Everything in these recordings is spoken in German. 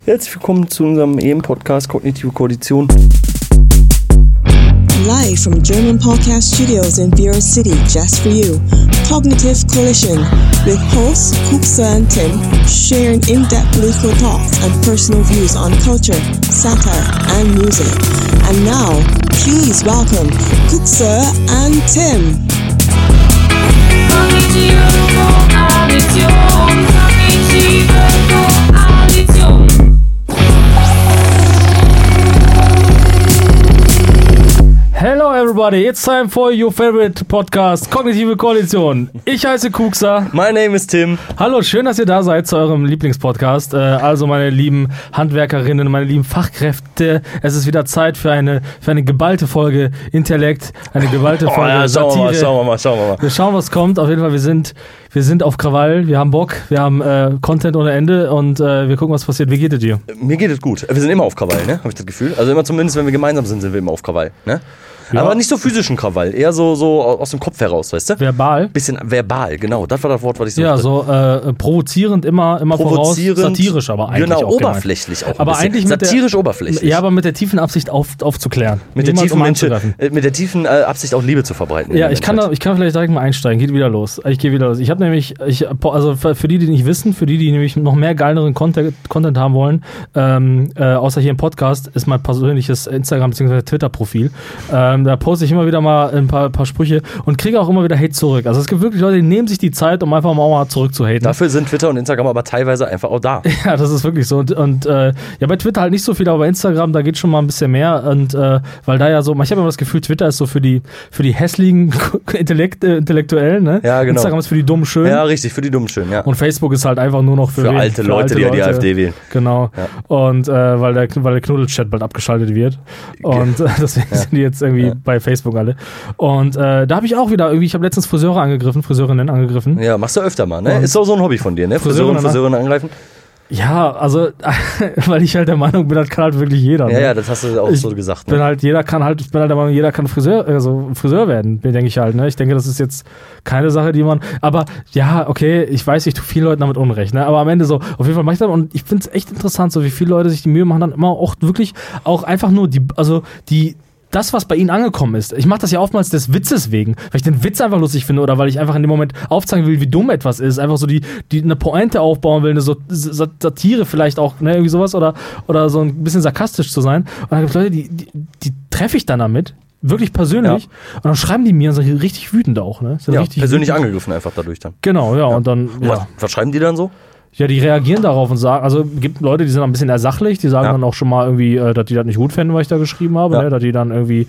Herzlich willkommen zu unserem EM-Podcast Kognitive Koalition. Live from German Podcast Studios in Bureau City, just for you. Cognitive Coalition with hosts Kuksa and Tim sharing in-depth political thoughts and personal views on culture, satire, and music. And now, please welcome Kuksa and Tim. Kognitive Koalition, Kognitive Koalition. Hello everybody, it's time for your favorite podcast, Kognitive Koalition. Ich heiße Kuksa. My name is Tim. Hallo, schön, dass ihr da seid zu eurem Lieblingspodcast. Also meine lieben Handwerkerinnen, meine lieben Fachkräfte. Es ist wieder Zeit für eine geballte Folge Intellekt, eine geballte Folge Satire. Schauen wir mal. Wir schauen, was kommt. Auf jeden Fall, wir sind auf Krawall, wir haben Bock, wir haben Content ohne Ende und wir gucken, was passiert. Wie geht es dir? Mir geht es gut. Wir sind immer auf Krawall, ne? Habe ich das Gefühl. Also immer zumindest, wenn wir gemeinsam sind wir immer auf Krawall, ne? Ja. Aber nicht so physischen Krawall, eher so aus dem Kopf heraus, weißt du? Verbal? Bisschen verbal, genau. Das war das Wort, was ich suchte. Ja, so provozierend, immer voraus. Satirisch, aber eigentlich genau, auch oberflächlich auch. Aber eigentlich satirisch oberflächlich. Ja, aber mit der tiefen Absicht aufzuklären. Mit der tiefen Absicht auch Liebe zu verbreiten. Ja, ich kann vielleicht direkt mal einsteigen. Geht wieder los. Ich gehe wieder los. Ich habe nämlich, also für die nicht wissen, für die nämlich noch mehr geileren Content haben wollen, außer hier im Podcast, ist mein persönliches Instagram- bzw. Twitter-Profil. Da poste ich immer wieder mal ein paar Sprüche und kriege auch immer wieder Hate zurück. Also es gibt wirklich Leute, die nehmen sich die Zeit, um einfach mal zurück zu haten. Dafür sind Twitter und Instagram aber teilweise einfach auch da. Ja, das ist wirklich so. Und ja, bei Twitter halt nicht so viel, aber bei Instagram, da geht schon mal ein bisschen mehr. Und weil da ja so, ich habe immer das Gefühl, Twitter ist so für die hässlichen Intellektuellen, ne? Ja, genau. Instagram ist für die dummen Schön. Ja, richtig, für die dummen Schön, ja. Und Facebook ist halt einfach nur noch für alte Leute, die die AfD wählen. Genau. Ja. Und weil der Knuddelchat bald abgeschaltet wird. Und deswegen sind die jetzt irgendwie bei Facebook alle. Und da habe ich auch wieder ich habe letztens Friseurinnen angegriffen. Ja, machst du öfter mal, ne? Und ist auch so ein Hobby von dir, ne? Friseurinnen angreifen. Ja, also, weil ich halt der Meinung bin, das kann halt wirklich jeder. Ne? Ja, das hast du auch so gesagt. Ne? Ich bin halt der Meinung, jeder kann Friseur werden, denke ich halt. Ne? Ich denke, das ist jetzt keine Sache, die man, aber ja, okay, ich weiß, ich tue vielen Leuten damit Unrecht, ne? Aber am Ende so, auf jeden Fall mache ich das und ich finde es echt interessant, so wie viele Leute sich die Mühe machen, dann immer auch wirklich auch einfach nur das, was bei ihnen angekommen ist. Ich mache das ja oftmals des Witzes wegen, weil ich den Witz einfach lustig finde oder weil ich einfach in dem Moment aufzeigen will, wie dumm etwas ist. Einfach so die eine Pointe aufbauen will, eine Satire vielleicht auch, ne, irgendwie sowas oder so ein bisschen sarkastisch zu sein. Und dann gibt es Leute, die treffe ich dann damit, wirklich persönlich. Ja. Und dann schreiben die mir und sind richtig wütend auch. Ne? Ja, persönlich wütend. Angegriffen einfach dadurch dann. Genau, ja. Und dann, ja. Was schreiben die dann so? Ja, die reagieren darauf und sagen, also gibt Leute, die sind ein bisschen ersachlich, die sagen dann auch schon mal irgendwie, dass die das nicht gut fänden, was ich da geschrieben habe, ne? Dass die dann irgendwie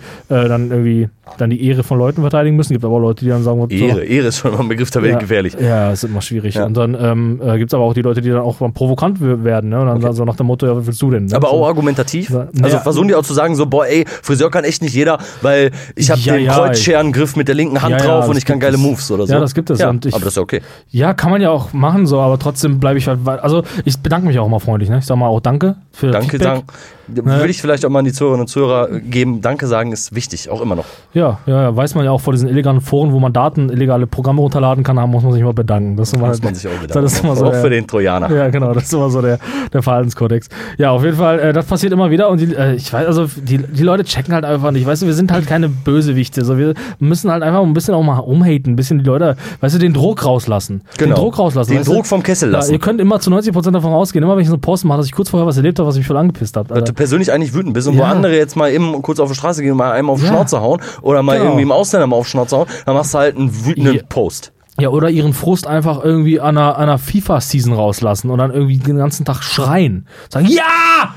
dann die Ehre von Leuten verteidigen müssen. Gibt aber auch Leute, die dann sagen, Ehre ist schon mal ein Begriff, der Welt gefährlich. Ja, ist immer schwierig. Ja. Und dann gibt es aber auch die Leute, die dann auch provokant werden, ne? Und dann so nach dem Motto, ja, was willst du denn? Ne? Aber auch argumentativ? Also versuchen die auch zu sagen, so, boah, ey, Friseur kann echt nicht jeder, weil ich habe den Kreuzscherengriff mit der linken Hand drauf und ich kann geile Moves oder so. Ja, das gibt es. Ja, aber das ist okay. Ja, kann man ja auch machen, so, aber trotzdem bleibe ich halt, also ich bedanke mich auch mal freundlich, ne? Ich sag mal auch danke für das Feedback. Danke. Würde ich vielleicht auch mal an die Zuhörerinnen und Zuhörer geben. Danke sagen ist wichtig, auch immer noch. Ja, weiß man ja auch vor diesen illegalen Foren, wo man illegale Programme runterladen kann, muss man sich immer bedanken. Das muss man sich auch bedanken. Das ist immer so auch für den Trojaner. Ja, genau, das ist immer so der Verhaltenskodex. Ja, auf jeden Fall, das passiert immer wieder und ich weiß, also die Leute checken halt einfach nicht, weißt du, wir sind halt keine Bösewichte, so, wir müssen halt einfach ein bisschen auch mal umhaten, ein bisschen die Leute, weißt du, den Druck rauslassen. Genau. Den Druck rauslassen. Den Druck vom Kessel lassen. Ja, ihr könnt immer zu 90% davon rausgehen, immer wenn ich so einen Post mache, dass ich kurz vorher was erlebt habe, was mich voll angepisst hat. Dass du persönlich eigentlich wütend bist und wo andere jetzt mal eben kurz auf die Straße gehen und mal einem auf die Schnauze hauen oder mal irgendwie im Ausländer mal auf die Schnauze hauen, dann machst du halt einen wütenden Post. Ja, oder ihren Frust einfach irgendwie an einer FIFA-Season rauslassen und dann irgendwie den ganzen Tag schreien. Sagen, ja!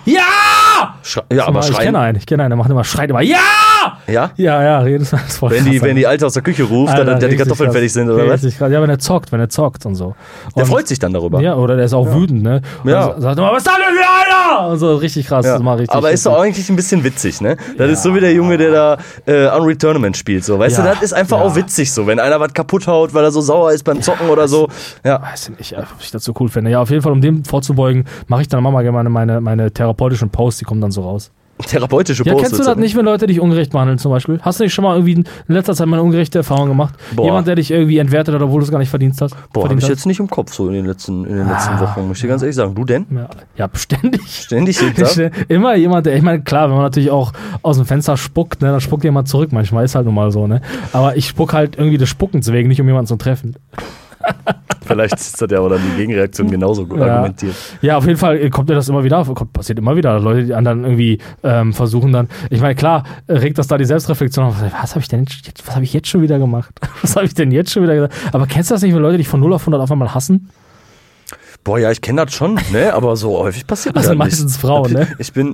Aber schreien. Ich kenne einen, der macht immer, schreit immer, ja! Ja? Ja, jedes Mal. Wenn die Alte aus der Küche ruft, Alter, dass die Kartoffeln fertig sind, oder was? Ja, wenn er zockt und so. Der freut sich dann darüber. Ja, oder der ist auch wütend, ne? Ja. Und sagt immer, was ist da denn für einer? Und so, richtig krass. Ja. Das mal richtig aber ist doch eigentlich ein bisschen witzig, ne? Das ist so wie der Junge, der da Unreal Tournament spielt, so. Weißt du, das ist einfach auch witzig, so. Wenn einer was kaputt haut, weil er so sauer ist beim Zocken oder so. Ja. Weiß nicht, ob ich das so cool finde. Ja, auf jeden Fall, um dem vorzubeugen, mache ich dann mal gerne meine therapeutischen Posts, die kommen dann so raus. Therapeutische Ja, Posts. kennst du das nicht, wenn Leute dich ungerecht behandeln zum Beispiel? Hast du nicht schon mal irgendwie in letzter Zeit mal eine ungerechte Erfahrung gemacht? Boah. Jemand, der dich irgendwie entwertet hat, obwohl du es gar nicht verdient hast? Boah, habe verdient ich hast? jetzt nicht im Kopf so in den letzten Wochen, muss ich dir ganz ehrlich sagen. Du denn? Ja, ständig. Ständig jeden Tag? Immer jemand, der, ich meine, klar, wenn man natürlich auch aus dem Fenster spuckt, ne, dann spuckt jemand zurück. Manchmal ist halt nun mal so, ne? Aber ich spuck halt irgendwie des Spuckens wegen, nicht um jemanden zu treffen. Vielleicht ist das ja aber dann die Gegenreaktion genauso gut argumentiert. Ja, auf jeden Fall kommt mir das immer wieder, passiert immer wieder, dass Leute, die anderen irgendwie versuchen dann, ich meine, klar, regt das da die Selbstreflexion auf, was habe ich jetzt schon wieder gemacht? Was habe ich denn jetzt schon wieder gesagt? Aber kennst du das nicht, wenn Leute dich von 0 auf 100 auf einmal hassen? Boah, ja, ich kenne das schon, ne, aber so häufig passiert das Also nicht. meistens Frauen, ne? Ich bin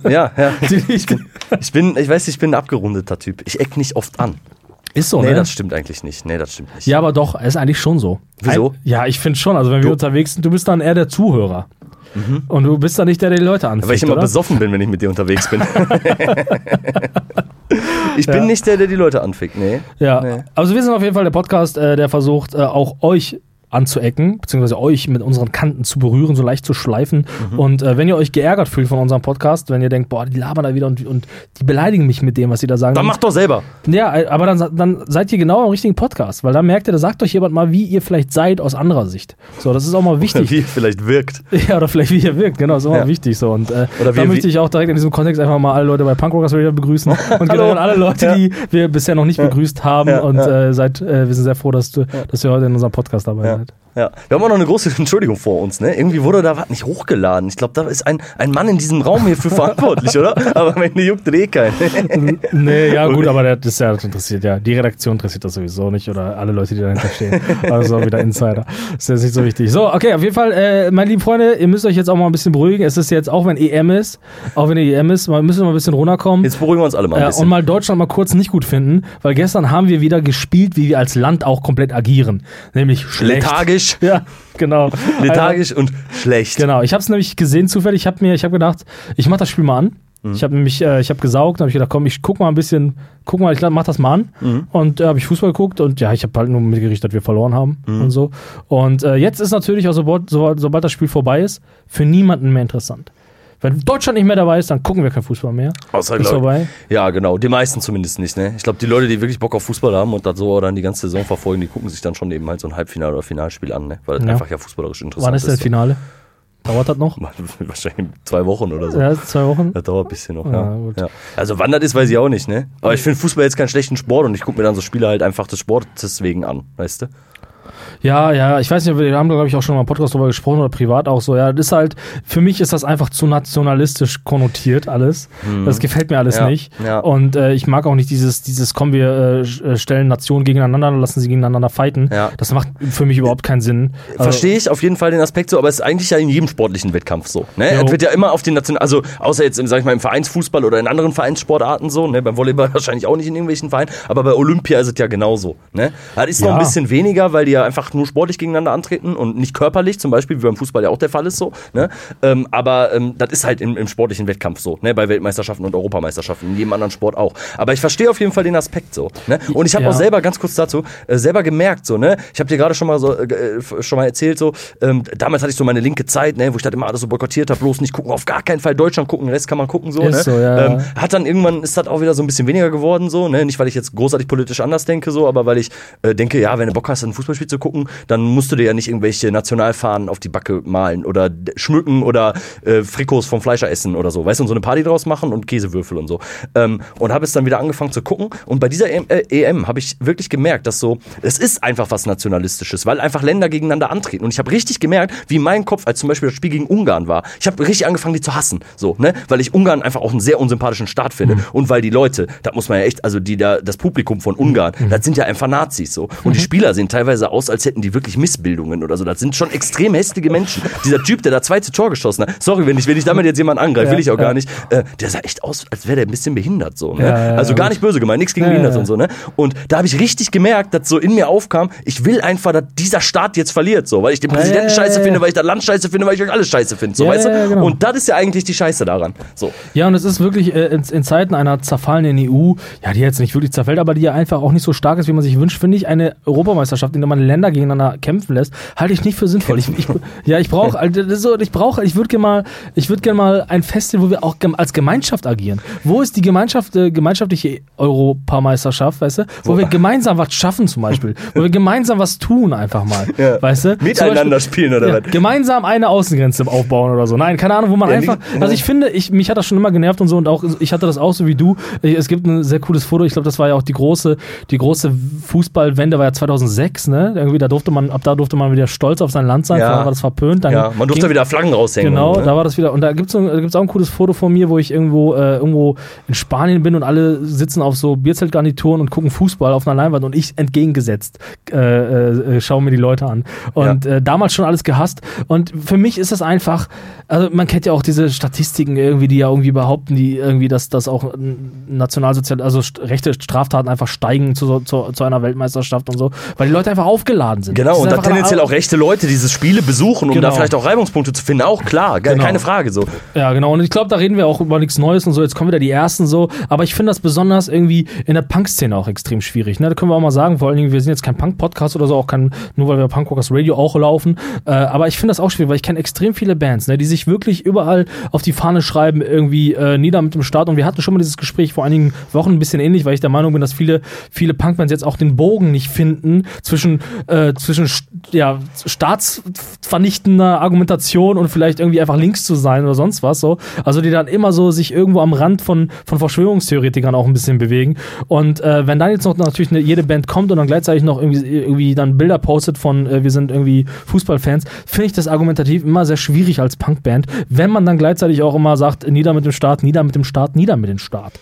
ein abgerundeter Typ. Ich eck nicht oft an. Ist so, Nee, ne? das stimmt eigentlich nicht. Ja, aber doch, ist eigentlich schon so. Wieso? Ja, ich finde schon. Also wenn wir unterwegs sind, du bist dann eher der Zuhörer. Und du bist dann nicht der die Leute anfickt, Weil ich immer oder? besoffen bin, wenn ich mit dir unterwegs bin. Ich bin nicht der die Leute anfickt, nee. Ja, Nee. also wir sind auf jeden Fall der Podcast, der versucht, auch euch anzuecken, beziehungsweise euch mit unseren Kanten zu berühren, so leicht zu schleifen. Und wenn ihr euch geärgert fühlt von unserem Podcast, wenn ihr denkt, boah, die labern da wieder und die beleidigen mich mit dem, was sie da sagen. Dann macht doch selber. Ja, aber dann seid ihr genau im richtigen Podcast, weil dann merkt ihr, da sagt euch jemand mal, wie ihr vielleicht seid aus anderer Sicht. So, das ist auch mal wichtig. Wie vielleicht wirkt. Ja, oder vielleicht wie ihr wirkt, genau, das ist auch mal wichtig so. Und da möchte ich auch direkt in diesem Kontext einfach mal alle Leute bei Punkrockers wieder begrüßen und generell alle Leute, die wir bisher noch nicht begrüßt haben und wir sind sehr froh, dass ihr heute in unserem Podcast dabei seid. Ja, wir haben auch noch eine große Entschuldigung vor uns, ne? Irgendwie wurde da was nicht hochgeladen. Ich glaube, da ist ein Mann in diesem Raum hierfür verantwortlich, oder? Aber am Ende juckt keinen. Nee, ja gut, aber das interessiert ja. Die Redaktion interessiert das sowieso nicht oder alle Leute, die dahinter stehen. Also wieder Insider. Ist jetzt nicht so wichtig. So, okay, auf jeden Fall, meine lieben Freunde, ihr müsst euch jetzt auch mal ein bisschen beruhigen. Es ist jetzt, auch wenn EM ist, wir müssen mal ein bisschen runterkommen. Jetzt beruhigen wir uns alle mal ein bisschen. Und mal Deutschland mal kurz nicht gut finden, weil gestern haben wir wieder gespielt, wie wir als Land auch komplett agieren. Nämlich schlecht. Lethargisch. Ja, genau. Lethargisch und schlecht. Genau, ich habe es nämlich gesehen zufällig. Ich habe gedacht, ich mach das Spiel mal an. Ich habe gesaugt, habe ich gedacht, komm, ich ich mach das mal an. Und habe ich Fußball geguckt und ja, ich habe halt nur mitgerichtet, dass wir verloren haben und so. Und jetzt ist natürlich, auch sobald das Spiel vorbei ist, für niemanden mehr interessant. Wenn Deutschland nicht mehr dabei ist, dann gucken wir kein Fußball mehr. Außer, ist vorbei. Ja, genau. Die meisten zumindest nicht, ne? Ich glaube, die Leute, die wirklich Bock auf Fußball haben und das so dann die ganze Saison verfolgen, die gucken sich dann schon eben halt so ein Halbfinale- oder Finalspiel an, ne? Weil das einfach ja fußballerisch interessant ist. Wann ist denn das Finale? Dauert das noch? Wahrscheinlich 2 Wochen oder so. Ja, 2 Wochen. Das dauert ein bisschen noch, Ja, gut. Ja. Also wann das ist, weiß ich auch nicht, ne? Aber ich finde Fußball jetzt keinen schlechten Sport und ich gucke mir dann so Spiele halt einfach des Sportes wegen an, weißt du? Ja, ich weiß nicht, wir haben da, glaube ich, auch schon mal im Podcast drüber gesprochen oder privat auch so. Ja, das ist halt, für mich ist das einfach zu nationalistisch konnotiert alles. Das gefällt mir alles nicht. Ja. Und ich mag auch nicht dieses komm, wir stellen Nationen gegeneinander, lassen sie gegeneinander fighten. Ja. Das macht für mich überhaupt keinen Sinn. Verstehe ich auf jeden Fall den Aspekt so, aber es ist eigentlich ja in jedem sportlichen Wettkampf so. Ne? Es wird ja immer auf den also außer jetzt, sag ich mal, im Vereinsfußball oder in anderen Vereinssportarten so, ne? Beim Volleyball wahrscheinlich auch nicht in irgendwelchen Vereinen, aber bei Olympia ist es ja genauso. Ne? Das ist noch ein bisschen weniger, weil die ja einfach nur sportlich gegeneinander antreten und nicht körperlich, zum Beispiel, wie beim Fußball ja auch der Fall ist so. Ne? Aber das ist halt im sportlichen Wettkampf so, ne? Bei Weltmeisterschaften und Europameisterschaften, in jedem anderen Sport auch. Aber ich verstehe auf jeden Fall den Aspekt so. Ne? Und ich habe auch selber, ganz kurz dazu, selber gemerkt so, ne? Ich habe dir gerade schon mal erzählt so, damals hatte ich so meine linke Zeit, ne? Wo ich das immer alles so boykottiert habe, bloß nicht gucken, auf gar keinen Fall Deutschland gucken, den Rest kann man gucken so. Ist Ne? so, ja. Hat dann irgendwann, ist das auch wieder so ein bisschen weniger geworden so, ne? Nicht, weil ich jetzt großartig politisch anders denke so, aber weil ich denke, ja, wenn du Bock hast, ein Fußballspiel zu gucken, dann musst du dir ja nicht irgendwelche Nationalfahnen auf die Backe malen oder schmücken oder Frikos vom Fleischer essen oder so, weißt du, und so eine Party draus machen und Käsewürfel und so. Und habe es dann wieder angefangen zu gucken und bei dieser EM habe ich wirklich gemerkt, dass so, es ist einfach was Nationalistisches, weil einfach Länder gegeneinander antreten und ich habe richtig gemerkt, wie mein Kopf, als zum Beispiel das Spiel gegen Ungarn war, ich habe richtig angefangen, die zu hassen, so, ne, weil ich Ungarn einfach auch einen sehr unsympathischen Staat finde und weil die Leute, das muss man ja echt, also das Publikum von Ungarn, das sind ja einfach Nazis so und die Spieler sehen teilweise aus, als hätten die wirklich Missbildungen oder so, das sind schon extrem hässliche Menschen. Dieser Typ, der da 2. Tor geschossen hat, sorry, wenn ich damit jetzt jemanden angreife, will ich auch gar nicht, der sah echt aus, als wäre der ein bisschen behindert so, ne? Also gar nicht böse gemeint, nichts gegen Behinderte und so, ne? Und da habe ich richtig gemerkt, dass so in mir aufkam, ich will einfach, dass dieser Staat jetzt verliert, so, weil ich den Präsidenten scheiße finde, weil ich das Land scheiße finde, weil ich euch alles scheiße finde, so, weißt du? Genau. Und das ist ja eigentlich die Scheiße daran, so. Ja, und es ist wirklich in Zeiten einer zerfallenen EU, ja, die jetzt nicht wirklich zerfällt, aber die ja einfach auch nicht so stark ist, wie man sich wünscht, finde ich, eine Europameisterschaft, in der man Länder gegeneinander kämpfen lässt, halte ich nicht für sinnvoll. Ich würde gerne mal ein Festival, wo wir auch als Gemeinschaft agieren. Wo ist die gemeinschaftliche Europameisterschaft, weißt du? Wo wir gemeinsam was schaffen zum Beispiel. Wo wir gemeinsam was tun einfach mal, weißt du? Miteinander spielen oder was? Gemeinsam eine Außengrenze aufbauen oder so. Nein, keine Ahnung, wo man einfach... Also ich finde, mich hat das schon immer genervt und so und auch, ich hatte das auch so wie du. Es gibt ein sehr cooles Foto, ich glaube, das war ja auch die große Fußballwende, war ja 2006, ne? Irgendwie, ab da durfte man wieder stolz auf sein Land sein, vorher war das verpönt. Dann man durfte wieder Flaggen raushängen. Genau, ne? da war das wieder. Und da gibt's auch ein cooles Foto von mir, wo ich irgendwo in Spanien bin und alle sitzen auf so Bierzeltgarnituren und gucken Fußball auf einer Leinwand und ich entgegengesetzt schaue mir die Leute an. Und damals schon alles gehasst. Und für mich ist das einfach, also man kennt ja auch diese Statistiken irgendwie, die ja irgendwie behaupten, die irgendwie, dass auch rechte Straftaten einfach steigen zu einer Weltmeisterschaft und so, weil die Leute einfach aufgeladen sind. Genau, und da tendenziell auch rechte Leute diese Spiele besuchen, um da vielleicht auch Reibungspunkte zu finden, auch klar, keine Frage so. Ja, genau, und ich glaube, da reden wir auch über nichts Neues und so, jetzt kommen wieder die Ersten so, aber ich finde das besonders irgendwie in der Punk-Szene auch extrem schwierig, ne? Da können wir auch mal sagen, vor allen Dingen, wir sind jetzt kein Punk-Podcast oder so, auch nur weil wir Punkrockers Radio auch laufen, aber ich finde das auch schwierig, weil ich kenne extrem viele Bands, ne, die sich wirklich überall auf die Fahne schreiben, irgendwie nieder mit dem Start, und wir hatten schon mal dieses Gespräch vor einigen Wochen ein bisschen ähnlich, weil ich der Meinung bin, dass viele Punkbands jetzt auch den Bogen nicht finden zwischen staatsvernichtender Argumentation und vielleicht irgendwie einfach links zu sein oder sonst was so. Also die dann immer so sich irgendwo am Rand von Verschwörungstheoretikern auch ein bisschen bewegen. Und wenn dann jetzt noch natürlich jede Band kommt und dann gleichzeitig noch irgendwie dann Bilder postet von wir sind irgendwie Fußballfans, finde ich das argumentativ immer sehr schwierig als Punkband, wenn man dann gleichzeitig auch immer sagt, nieder mit dem Staat, nieder mit dem Staat, nieder mit dem Staat.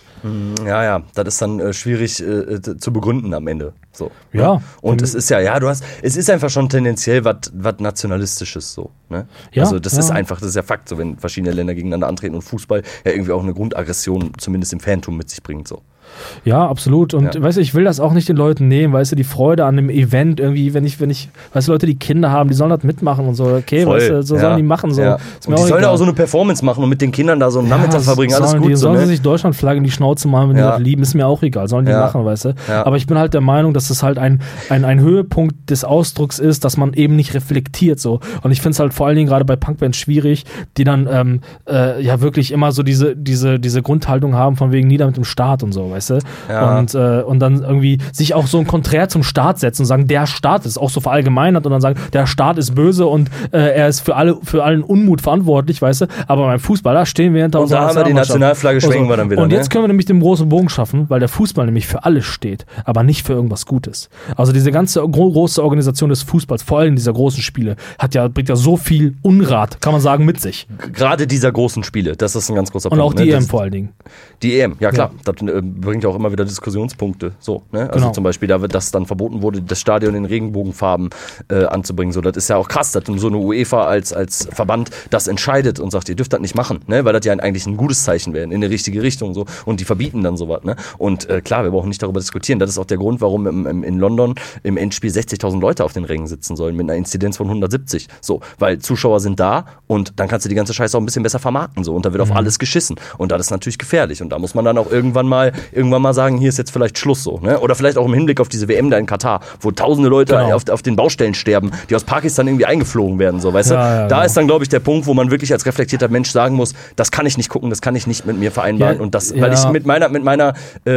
Ja, das ist dann schwierig zu begründen am Ende. So. Ja. Und es ist es ist einfach schon tendenziell was Nationalistisches so. Ne? Ja, also das ist ja Fakt, so wenn verschiedene Länder gegeneinander antreten und Fußball ja irgendwie auch eine Grundaggression zumindest im Fantum mit sich bringt. So. Ja, absolut. Und weißt du, ich will das auch nicht den Leuten nehmen, weißt du, die Freude an dem Event irgendwie, wenn ich, weißt du, Leute, die Kinder haben, die sollen das mitmachen und so, okay, voll, weißt du, so sollen die machen. So. Ja. Und die sollen auch so eine Performance machen und mit den Kindern da so einen Nachmittag verbringen, alles gut. Sollen sie sich Deutschlandflagge in die Schnauze machen, wenn die das lieben, ist mir auch egal, sollen die machen, weißt du. Ja. Aber ich bin halt der Meinung, dass das halt ein Höhepunkt des Ausdrucks ist, dass man eben nicht reflektiert so. Und ich finde es halt vor allen Dingen gerade bei Punkbands schwierig, die dann wirklich immer so diese Grundhaltung haben von wegen nieder mit dem Staat und so, weißt du. Ja. Und dann irgendwie sich auch so ein Konträr zum Staat setzen und sagen, der Staat ist auch so verallgemeinert und dann sagen, der Staat ist böse und er ist für allen Unmut verantwortlich, weißt du. Aber beim Fußball, da stehen wir hinter unserer Nationalmannschaft. Und da haben wir die Nationalflagge, schwenken wir dann wieder. Und jetzt können wir nämlich den großen Bogen schaffen, weil der Fußball nämlich für alles steht, aber nicht für irgendwas Gutes. Also diese ganze große Organisation des Fußballs, vor allem dieser großen Spiele, bringt ja so viel Unrat, kann man sagen, mit sich. Gerade dieser großen Spiele, das ist ein ganz großer Punkt. Und auch die EM vor allen Dingen. Die EM, ja klar, das bringt ja auch immer wieder Diskussionspunkte. So, ne? Also zum Beispiel, dass dann verboten wurde, das Stadion in Regenbogenfarben anzubringen. So, das ist ja auch krass, dass so eine UEFA als Verband das entscheidet und sagt, ihr dürft das nicht machen, ne? Weil das ja eigentlich ein gutes Zeichen wäre, in eine richtige Richtung. So. Und die verbieten dann sowas. Ne? Und klar, wir brauchen nicht darüber diskutieren. Das ist auch der Grund, warum in London im Endspiel 60.000 Leute auf den Rängen sitzen sollen, mit einer Inzidenz von 170. So, weil Zuschauer sind da und dann kannst du die ganze Scheiße auch ein bisschen besser vermarkten. So. Und da wird auf alles geschissen. Und das ist natürlich gefährlich. Und da muss man dann auch irgendwann mal sagen, hier ist jetzt vielleicht Schluss so. Ne? Oder vielleicht auch im Hinblick auf diese WM da in Katar, wo tausende Leute auf den Baustellen sterben, die aus Pakistan irgendwie eingeflogen werden. So, weißt du? Da ist dann, glaube ich, der Punkt, wo man wirklich als reflektierter Mensch sagen muss, das kann ich nicht gucken, das kann ich nicht mit mir vereinbaren. Und das, weil ich mit meinem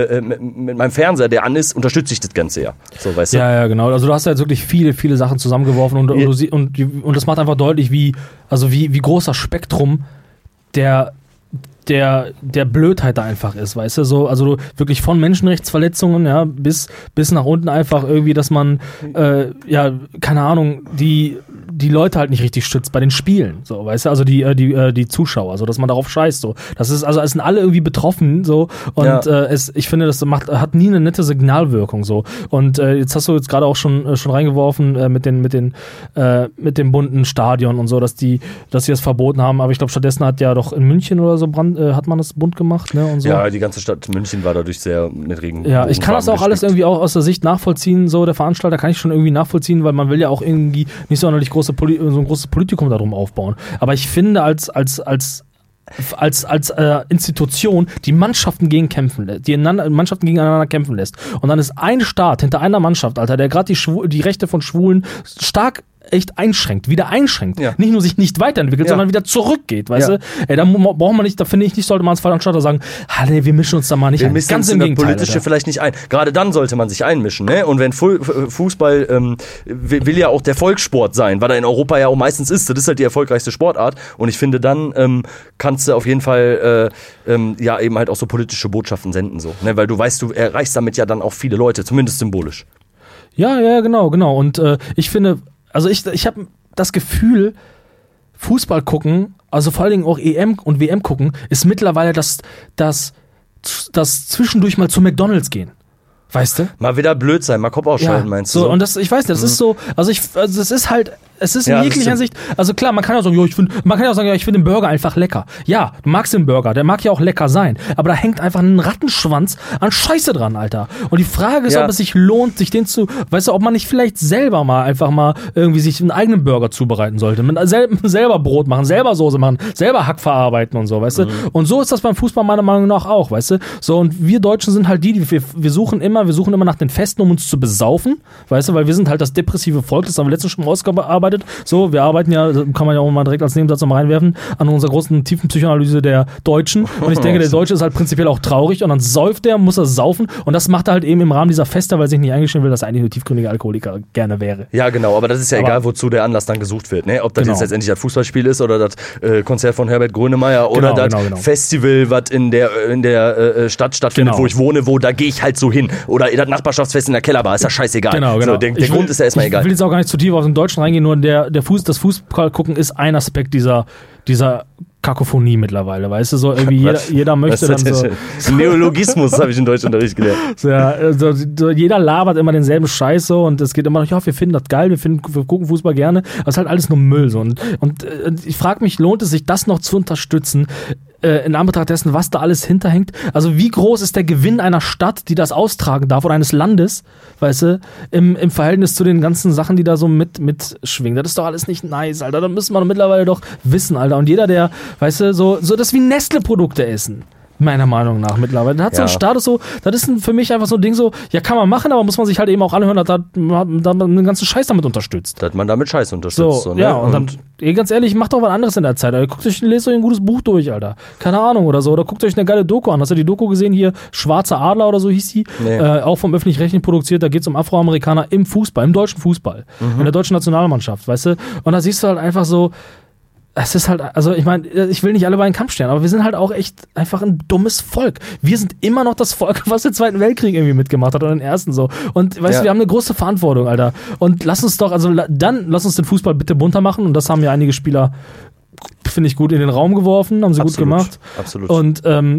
Fernseher, der an ist, unterstütze ich das Ganze ja. So, weißt du? Ja, genau. Also du hast ja jetzt wirklich viele, viele Sachen zusammengeworfen und das macht einfach deutlich, wie groß das Spektrum der Blödheit da einfach ist, weißt du, so, also wirklich von Menschenrechtsverletzungen, ja, bis nach unten einfach irgendwie, dass man, keine Ahnung, die Leute halt nicht richtig schützt bei den Spielen, so, weißt du, also die Zuschauer, so, dass man darauf scheißt, so, das ist, also es sind alle irgendwie betroffen, so, und ich finde, das hat nie eine nette Signalwirkung, so, und jetzt hast du gerade auch schon reingeworfen mit dem bunten Stadion und so, dass sie das verboten haben, aber ich glaube, stattdessen hat ja doch in München oder so hat man das bunt gemacht, ne, und so. Ja, die ganze Stadt München war dadurch sehr mit Regenbogen. Ja, ich kann das auch alles irgendwie auch aus der Sicht nachvollziehen, so, der Veranstalter kann ich schon irgendwie nachvollziehen, weil man will ja auch irgendwie nicht so ein großes Politikum darum aufbauen. Aber ich finde, als als Institution die Mannschaften Mannschaften gegeneinander kämpfen lässt. Und dann ist ein Staat hinter einer Mannschaft, Alter, der gerade die Rechte von Schwulen stark wieder einschränkt. Ja. Nicht nur sich nicht weiterentwickelt, sondern wieder zurückgeht, weißt du? Ey, da braucht man nicht, da finde ich nicht, sollte man als Veranstalter sagen, nee, wir mischen uns da mal nicht ein. Ganz im Gegenteil. Politische vielleicht nicht ein. Gerade dann sollte man sich einmischen, ne? Und wenn Fußball will ja auch der Volkssport sein, weil er in Europa ja auch meistens ist. Das ist halt die erfolgreichste Sportart. Und ich finde, dann kannst du auf jeden Fall ja eben halt auch so politische Botschaften senden, so, ne? Weil du weißt, du erreichst damit ja dann auch viele Leute, zumindest symbolisch. Ja, genau. Und ich finde, also ich habe das Gefühl, Fußball gucken, also vor allen Dingen auch EM und WM gucken, ist mittlerweile das zwischendurch mal zu McDonald's gehen. Weißt du? Mal wieder blöd sein, mal Kopf ausschalten, meinst du? So, und das, ich weiß nicht, das ist so, also das ist halt, es ist in jeglicher Hinsicht, also klar, man kann ja sagen, ich finde den Burger einfach lecker. Ja, du magst den Burger, der mag ja auch lecker sein, aber da hängt einfach ein Rattenschwanz an Scheiße dran, Alter. Und die Frage ist, ob es sich lohnt, sich den weißt du, ob man nicht vielleicht selber mal einfach mal irgendwie sich einen eigenen Burger zubereiten sollte, selber Brot machen, selber Soße machen, selber Hack verarbeiten und so, weißt du? Und so ist das beim Fußball meiner Meinung nach auch, weißt du? So, und wir Deutschen sind halt wir suchen immer nach den Festen, um uns zu besaufen, weißt du, weil wir sind halt das depressive Volk, das haben wir letztens schon rausgearbeitet. So, wir arbeiten ja, kann man ja auch mal direkt als Nebensatz noch reinwerfen, an unserer großen tiefen Psychoanalyse der Deutschen. Und ich denke, der Deutsche ist halt prinzipiell auch traurig und dann säuft er, muss er saufen und das macht er halt eben im Rahmen dieser Feste, weil er sich nicht eingestehen will, dass er eigentlich eine tiefgründige Alkoholiker gerne wäre. Ja, genau, aber das ist ja egal, wozu der Anlass dann gesucht wird, ne? Ob das jetzt letztendlich das Fußballspiel ist oder das Konzert von Herbert Grönemeyer oder das Festival, was in der Stadt stattfindet, wo ich wohne, da gehe ich halt so hin. Oder das Nachbarschaftsfest in der Kellerbar, ist ja scheißegal. Genau. So, der Grund ist ja erstmal egal. Ich will jetzt auch gar nicht zu tief auf den Deutschen reingehen, nur das Fußball gucken ist ein Aspekt dieser Kakophonie mittlerweile, weißt du, so irgendwie jeder möchte dann so... Neologismus habe ich in Deutschunterricht gelernt. Jeder labert immer denselben Scheiß so und es geht immer noch, ja, wir finden das geil, wir gucken Fußball gerne, aber es ist halt alles nur Müll so. Und ich frage mich, lohnt es sich, das noch zu unterstützen, in Anbetracht dessen, was da alles hinterhängt? Also wie groß ist der Gewinn einer Stadt, die das austragen darf, oder eines Landes, weißt du, im Verhältnis zu den ganzen Sachen, die da so mitschwingen? Das ist doch alles nicht nice, Alter. Da müssen wir mittlerweile doch wissen, Alter. Und jeder, der, weißt du, so das wie Nestle-Produkte essen. Meiner Meinung nach mittlerweile. Das hat so einen Status so, das ist für mich einfach so ein Ding so, ja, kann man machen, aber muss man sich halt eben auch anhören, dass man den ganzen Scheiß damit unterstützt. Dass man damit Scheiß unterstützt. So, ne? Ja, und dann, ganz ehrlich, macht doch was anderes in der Zeit. Alter. Lest euch ein gutes Buch durch, Alter. Keine Ahnung oder so. Oder guckt euch eine geile Doku an. Hast du die Doku gesehen hier? Schwarzer Adler oder so hieß die? Nee. Auch vom Öffentlich-Rechtlichen produziert. Da geht es um Afroamerikaner im Fußball, im deutschen Fußball. In der deutschen Nationalmannschaft, weißt du? Und da siehst du halt einfach so, es ist halt, also ich meine, ich will nicht alle bei einen Kampf stellen, aber wir sind halt auch echt einfach ein dummes Volk. Wir sind immer noch das Volk, was den Zweiten Weltkrieg irgendwie mitgemacht hat oder den Ersten so. Und weißt du, wir haben eine große Verantwortung, Alter. Und lass uns den Fußball bitte bunter machen und das haben ja einige Spieler, finde ich, gut in den Raum geworfen, haben sie gut gemacht. Absolut. Und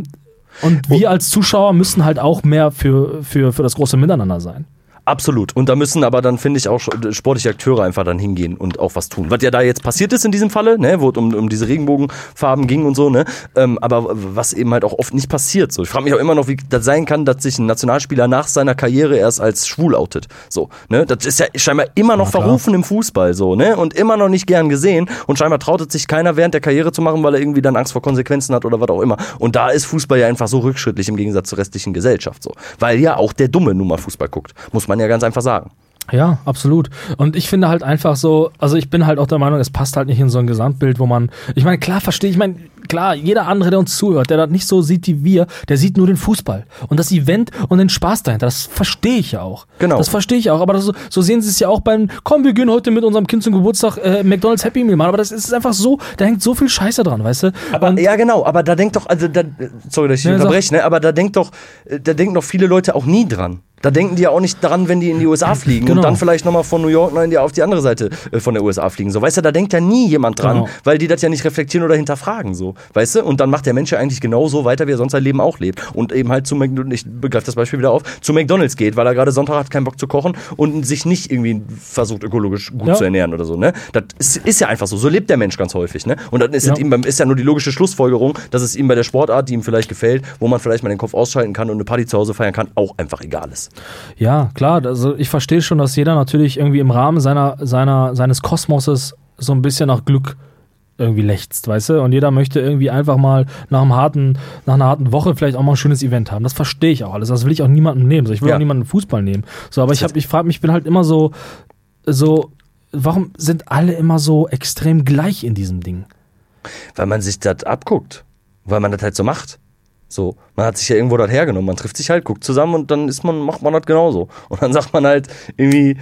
wir als Zuschauer müssen halt auch mehr für das große Miteinander sein. Absolut. Und da müssen aber dann, finde ich, auch sportliche Akteure einfach dann hingehen und auch was tun. Was ja da jetzt passiert ist in diesem Falle, ne, wo es um diese Regenbogenfarben ging und so, ne, aber was eben halt auch oft nicht passiert. So. Ich frage mich auch immer noch, wie das sein kann, dass sich ein Nationalspieler nach seiner Karriere erst als schwul outet. So, ne, das ist ja scheinbar immer noch verrufen im Fußball, so, ne, und immer noch nicht gern gesehen und scheinbar traut es sich keiner während der Karriere zu machen, weil er irgendwie dann Angst vor Konsequenzen hat oder was auch immer. Und da ist Fußball ja einfach so rückschrittlich im Gegensatz zur restlichen Gesellschaft, so. Weil ja auch der Dumme nun mal Fußball guckt. Muss man ja ganz einfach sagen. Ja, absolut. Und ich finde halt einfach so, also ich bin halt auch der Meinung, es passt halt nicht in so ein Gesamtbild, wo man, ich meine, klar, jeder andere, der uns zuhört, der das nicht so sieht wie wir, der sieht nur den Fußball und das Event und den Spaß dahinter. Das verstehe ich ja auch. Genau. Das verstehe ich auch. Aber so sehen sie es ja auch wir gehen heute mit unserem Kind zum Geburtstag McDonald's Happy Meal machen. Aber das ist einfach so, da hängt so viel Scheiße dran, weißt du? Ja, genau. Aber da denkt doch, sorry, dass ich unterbreche, ne? Aber da denken doch viele Leute auch nie dran. Da denken die ja auch nicht daran, wenn die in die USA fliegen und dann vielleicht nochmal von New York auf die andere Seite von der USA fliegen. So, weißt du, da denkt ja nie jemand dran, weil die das ja nicht reflektieren oder hinterfragen. So, weißt du? Und dann macht der Mensch ja eigentlich genauso weiter, wie er sonst sein Leben auch lebt. Und eben halt ich begreife das Beispiel wieder auf, zu McDonald's geht, weil er gerade Sonntag hat, keinen Bock zu kochen und sich nicht irgendwie versucht, ökologisch gut zu ernähren oder so. Ne? Das ist ja einfach so. So lebt der Mensch ganz häufig. Ne? Und dann ist ja nur die logische Schlussfolgerung, dass es ihm bei der Sportart, die ihm vielleicht gefällt, wo man vielleicht mal den Kopf ausschalten kann und eine Party zu Hause feiern kann, auch einfach egal ist. Ja, klar, also ich verstehe schon, dass jeder natürlich irgendwie im Rahmen seines Kosmoses so ein bisschen nach Glück irgendwie lechzt, weißt du? Und jeder möchte irgendwie einfach mal nach einer harten Woche vielleicht auch mal ein schönes Event haben. Das verstehe ich auch alles. Das will ich auch niemandem nehmen. So, ich will auch niemanden Fußball nehmen. So, aber ich frage mich, ich bin halt immer so, warum sind alle immer so extrem gleich in diesem Ding? Weil man sich das abguckt. Weil man das halt so macht. So, man hat sich ja irgendwo das hergenommen. Man trifft sich halt, guckt zusammen und dann macht man das genauso. Und dann sagt man halt irgendwie,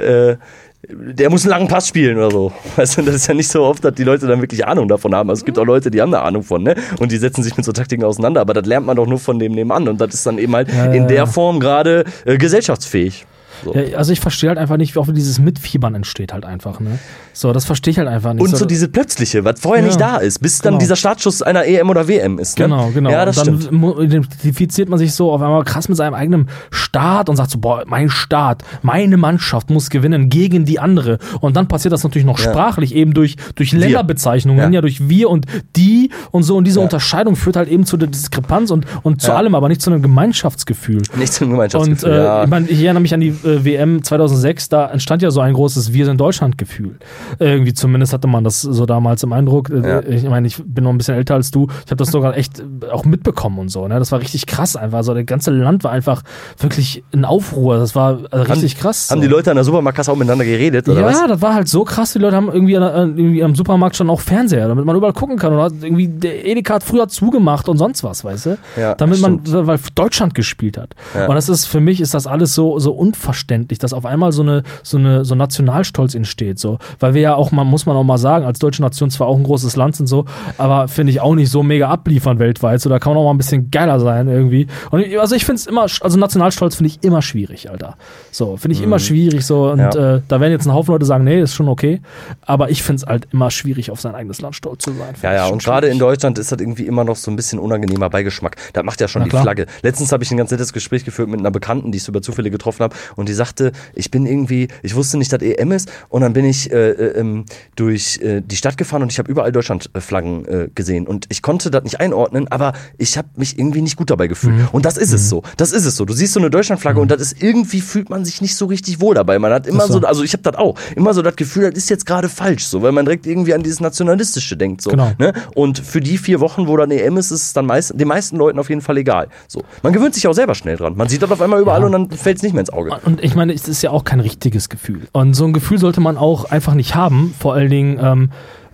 der muss einen langen Pass spielen oder so. Weißt du, das ist ja nicht so oft, dass die Leute dann wirklich Ahnung davon haben. Also es gibt auch Leute, die haben da Ahnung von, ne? Und die setzen sich mit so Taktiken auseinander. Aber das lernt man doch nur von dem nebenan. Und das ist dann eben halt in der Form gerade gesellschaftsfähig. So. Ja, also ich verstehe halt einfach nicht, wie oft dieses Mitfiebern entsteht halt einfach, ne? So, das verstehe ich halt einfach nicht. Und so diese Plötzliche, was vorher nicht da ist, bis dann dieser Startschuss einer EM oder WM ist, ne? Genau. Ja, das und dann stimmt. identifiziert man sich so auf einmal krass mit seinem eigenen Staat und sagt so, boah, mein Staat, meine Mannschaft muss gewinnen gegen die andere. Und dann passiert das natürlich noch sprachlich, eben durch Länderbezeichnungen, durch wir und die und so. Und diese Unterscheidung führt halt eben zu der Diskrepanz und zu allem, aber nicht zu einem Gemeinschaftsgefühl. Nicht zu einem Gemeinschaftsgefühl, Und ich meine, ich erinnere mich an die WM 2006, da entstand ja so ein großes Wir sind Deutschland-Gefühl. Irgendwie zumindest hatte man das so damals im Eindruck. Ich meine, ich bin noch ein bisschen älter als du. Ich habe das sogar echt auch mitbekommen und so. Ne? Das war richtig krass einfach. Also das ganze Land war einfach wirklich in Aufruhr. Das war richtig krass. Haben die Leute an der Supermarktkasse auch miteinander geredet, oder was? Ja, das war halt so krass. Die Leute haben irgendwie am Supermarkt schon auch Fernseher, damit man überall gucken kann. Und irgendwie der Edeka hat früher zugemacht und sonst was, weißt du? Ja, damit weil Deutschland gespielt hat. Ja. Und das ist, für mich ist das alles so unverständlich, dass auf einmal so Nationalstolz entsteht. So. Weil wir ja auch, muss man auch mal sagen, als deutsche Nation zwar auch ein großes Land sind, so, aber finde ich auch nicht so mega abliefern weltweit. So, da kann man auch mal ein bisschen geiler sein irgendwie. Und also ich finde es immer, also Nationalstolz finde ich immer schwierig, Alter. So, finde ich immer schwierig so. Und da werden jetzt ein Haufen Leute sagen, nee, ist schon okay. Aber ich finde es halt immer schwierig, auf sein eigenes Land stolz zu sein. Ja, und gerade in Deutschland ist das irgendwie immer noch so ein bisschen unangenehmer Beigeschmack. Das macht ja schon die Flagge. Letztens habe ich ein ganz nettes Gespräch geführt mit einer Bekannten, die ich über Zufälle getroffen habe. Und die sagte, ich wusste nicht, dass EM ist. Und dann bin ich durch die Stadt gefahren und ich habe überall Deutschlandflaggen gesehen. Und ich konnte das nicht einordnen, aber ich habe mich irgendwie nicht gut dabei gefühlt. Und das ist es so. Das ist es so. Du siehst so eine Deutschlandflagge und das ist irgendwie, fühlt man sich nicht so richtig wohl dabei. Man hat immer so, also ich habe das auch, immer so das Gefühl, das ist jetzt gerade falsch, so, weil man direkt irgendwie an dieses Nationalistische denkt. So, ne? Und für die 4 Wochen, wo dann EM ist es dann den meisten Leuten auf jeden Fall egal. So. Man gewöhnt sich auch selber schnell dran. Man sieht das auf einmal überall und dann fällt es nicht mehr ins Auge. Und ich meine, es ist ja auch kein richtiges Gefühl. Und so ein Gefühl sollte man auch einfach nicht haben, vor allen Dingen,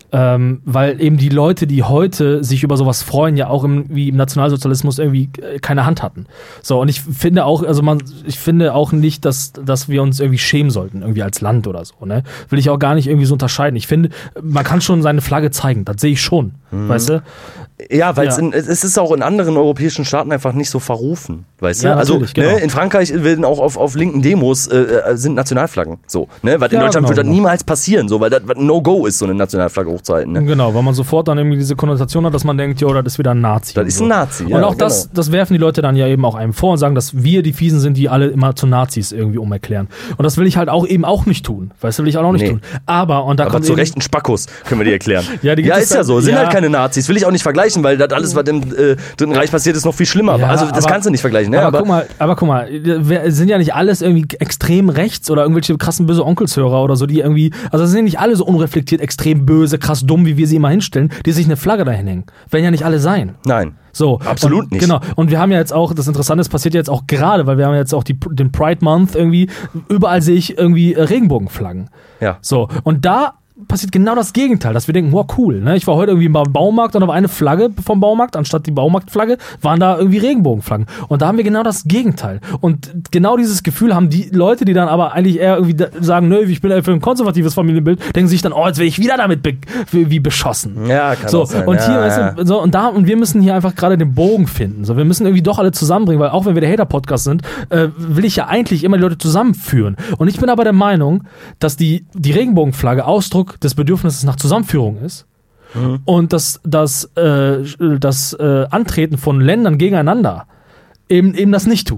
weil eben die Leute, die heute sich über sowas freuen, ja auch wie im Nationalsozialismus irgendwie keine Hand hatten. So, und ich finde auch, ich finde auch nicht, dass wir uns irgendwie schämen sollten, irgendwie als Land oder so, ne? Will ich auch gar nicht irgendwie so unterscheiden. Ich finde, man kann schon seine Flagge zeigen, das sehe ich schon, weißt du? Ja, weil es ist auch in anderen europäischen Staaten einfach nicht so verrufen, weißt du? Ja, also genau. Ne, in Frankreich werden auch auf linken Demos sind Nationalflaggen, so, ne? Weil in Deutschland würde das niemals passieren, so, weil das ein No-Go ist, so eine Nationalflagge hochzuhalten. Ne? Genau, weil man sofort dann irgendwie diese Konnotation hat, dass man denkt, jo, das ist wieder ein Nazi. Das ist ein Nazi, ja. Und auch das werfen die Leute dann ja eben auch einem vor und sagen, dass wir die Fiesen sind, die alle immer zu Nazis irgendwie umerklären. Und das will ich halt auch eben auch nicht tun. Weißt du, will ich auch nicht tun. Aber zu rechten Spackos können wir dir erklären. Ja, ist ja so. Sind halt keine Nazis. Will ich auch nicht vergleichen, weil das alles, was im Dritten Reich passiert ist, noch viel schlimmer. Ja, also das kannst du nicht vergleichen. Ne? Aber guck mal, sind ja nicht alles irgendwie extrem rechts oder irgendwelche krassen böse Onkelshörer oder so, die irgendwie, also sind ja nicht alle so unreflektiert, extrem böse, krass dumm, wie wir sie immer hinstellen, die sich eine Flagge dahin hängen. Werden ja nicht alle sein. Nein. So, absolut nicht. Genau. Und wir haben ja jetzt auch, das Interessante ist, passiert ja jetzt auch gerade, weil wir haben jetzt auch den Pride Month irgendwie, überall sehe ich irgendwie Regenbogenflaggen. Ja. So, und da passiert genau das Gegenteil, dass wir denken, wow, cool, ne? Ich war heute irgendwie beim Baumarkt und da war eine Flagge vom Baumarkt, anstatt die Baumarktflagge, waren da irgendwie Regenbogenflaggen. Und da haben wir genau das Gegenteil. Und genau dieses Gefühl haben die Leute, die dann aber eigentlich eher irgendwie sagen, nö, ich bin für ein konservatives Familienbild, denken sich dann, oh, jetzt werde ich wieder damit wie beschossen. Ja, kann so, auch sein. Und hier, weißt du, so, und wir müssen hier einfach gerade den Bogen finden. So, wir müssen irgendwie doch alle zusammenbringen, weil auch wenn wir der Hater-Podcast sind, will ich ja eigentlich immer die Leute zusammenführen. Und ich bin aber der Meinung, dass die Regenbogenflagge Ausdruck des Bedürfnisses nach Zusammenführung ist und das Antreten von Ländern gegeneinander eben das nicht tut.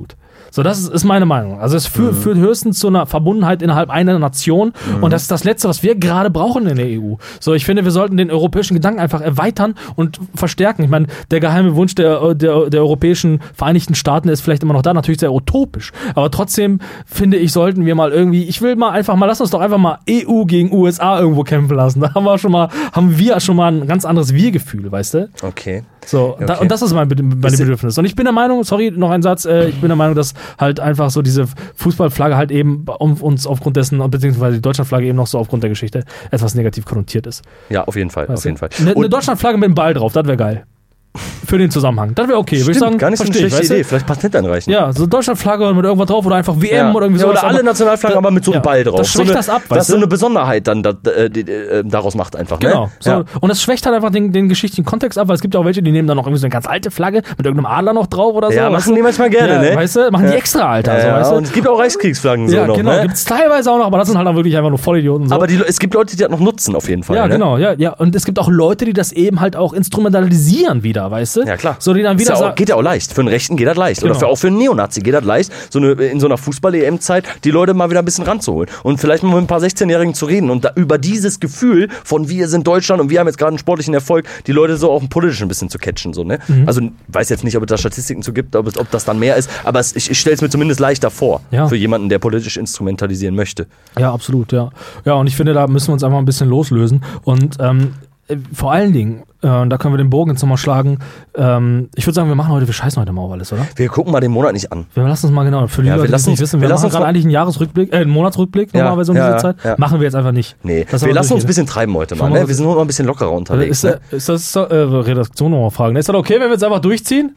So, das ist meine Meinung. Also es führt höchstens zu einer Verbundenheit innerhalb einer Nation und das ist das Letzte, was wir gerade brauchen in der EU. So, ich finde, wir sollten den europäischen Gedanken einfach erweitern und verstärken. Ich meine, der geheime Wunsch der europäischen Vereinigten Staaten, der ist vielleicht immer noch da, natürlich sehr utopisch, aber trotzdem finde ich, sollten wir mal irgendwie, lass uns doch einfach mal EU gegen USA irgendwo kämpfen lassen. Da haben wir schon mal ein ganz anderes Wir-Gefühl, weißt du? Okay. So, okay. Und das ist meine Bedürfnis. Und ich bin der Meinung, sorry, noch ein Satz, ich bin der Meinung, dass halt einfach so diese Fußballflagge halt eben uns aufgrund dessen, beziehungsweise die Deutschlandflagge eben noch so aufgrund der Geschichte etwas negativ konnotiert ist. Ja, auf jeden Fall. Weißt auf jeden Fall. Eine Deutschlandflagge mit dem Ball drauf, das wäre geil. Für den Zusammenhang. Das wäre okay, würde ich sagen. Gar nicht so eine schlechte Idee. Vielleicht Patent einreichen. Ja, so Deutschlandflagge mit irgendwas drauf oder einfach WM oder irgendwie so. Oder alle Nationalflaggen, aber mit so einem Ball drauf. Das schwächt das ab, was so eine Besonderheit dann daraus macht einfach. Genau. Ne? So. Ja. Und das schwächt halt einfach den geschichtlichen Kontext ab, weil es gibt ja auch welche, die nehmen dann noch irgendwie so eine ganz alte Flagge mit irgendeinem Adler noch drauf oder so. Ja, machen die manchmal gerne, ne? Weißt du, machen die extra, Alter. Ja, weißt du? Und es gibt auch Reichskriegsflaggen so noch. Genau, ne? gibt es teilweise auch noch, aber das sind halt dann wirklich einfach nur Vollidioten. So. Aber es gibt Leute, die das noch nutzen auf jeden Fall. Ja, ne? genau. Ja. Und es gibt auch Leute, die das eben halt auch instrumentalisieren wieder, weißt du? Ja, klar. So, die dann wieder geht ja auch leicht. Für einen Rechten geht das leicht. Genau. Oder auch für einen Neonazi geht das leicht, in so einer Fußball-EM-Zeit die Leute mal wieder ein bisschen ranzuholen. Und vielleicht mal mit ein paar 16-Jährigen zu reden und da über dieses Gefühl von wir sind Deutschland und wir haben jetzt gerade einen sportlichen Erfolg, die Leute so auch im Politischen ein bisschen zu catchen. So, ne? Also weiß jetzt nicht, ob es da Statistiken zu gibt, ob das dann mehr ist, aber ich stelle es mir zumindest leichter vor. Ja. Für jemanden, der politisch instrumentalisieren möchte. Ja, absolut, ja. Ja, und ich finde, da müssen wir uns einfach ein bisschen loslösen. Und vor allen Dingen, da können wir den Bogen jetzt nochmal schlagen. Ich würde sagen, wir scheißen heute mal auf alles, oder? Wir gucken mal den Monat nicht an. Wir lassen uns mal genau, für die Leute, die es nicht wissen, wir machen gerade eigentlich einen Jahresrückblick, einen Monatsrückblick normalerweise um diese Zeit. Ja. Machen wir jetzt einfach nicht. Nee, wir lassen uns ein bisschen treiben heute mal. Ne? Wir sind nur noch ein bisschen lockerer unterwegs. Ist das Redaktion nochmal fragen? Ist das okay, wenn wir jetzt einfach durchziehen?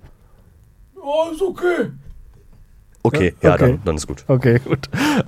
Oh, ist okay. Okay, ja, okay. Dann ist gut. Okay, gut.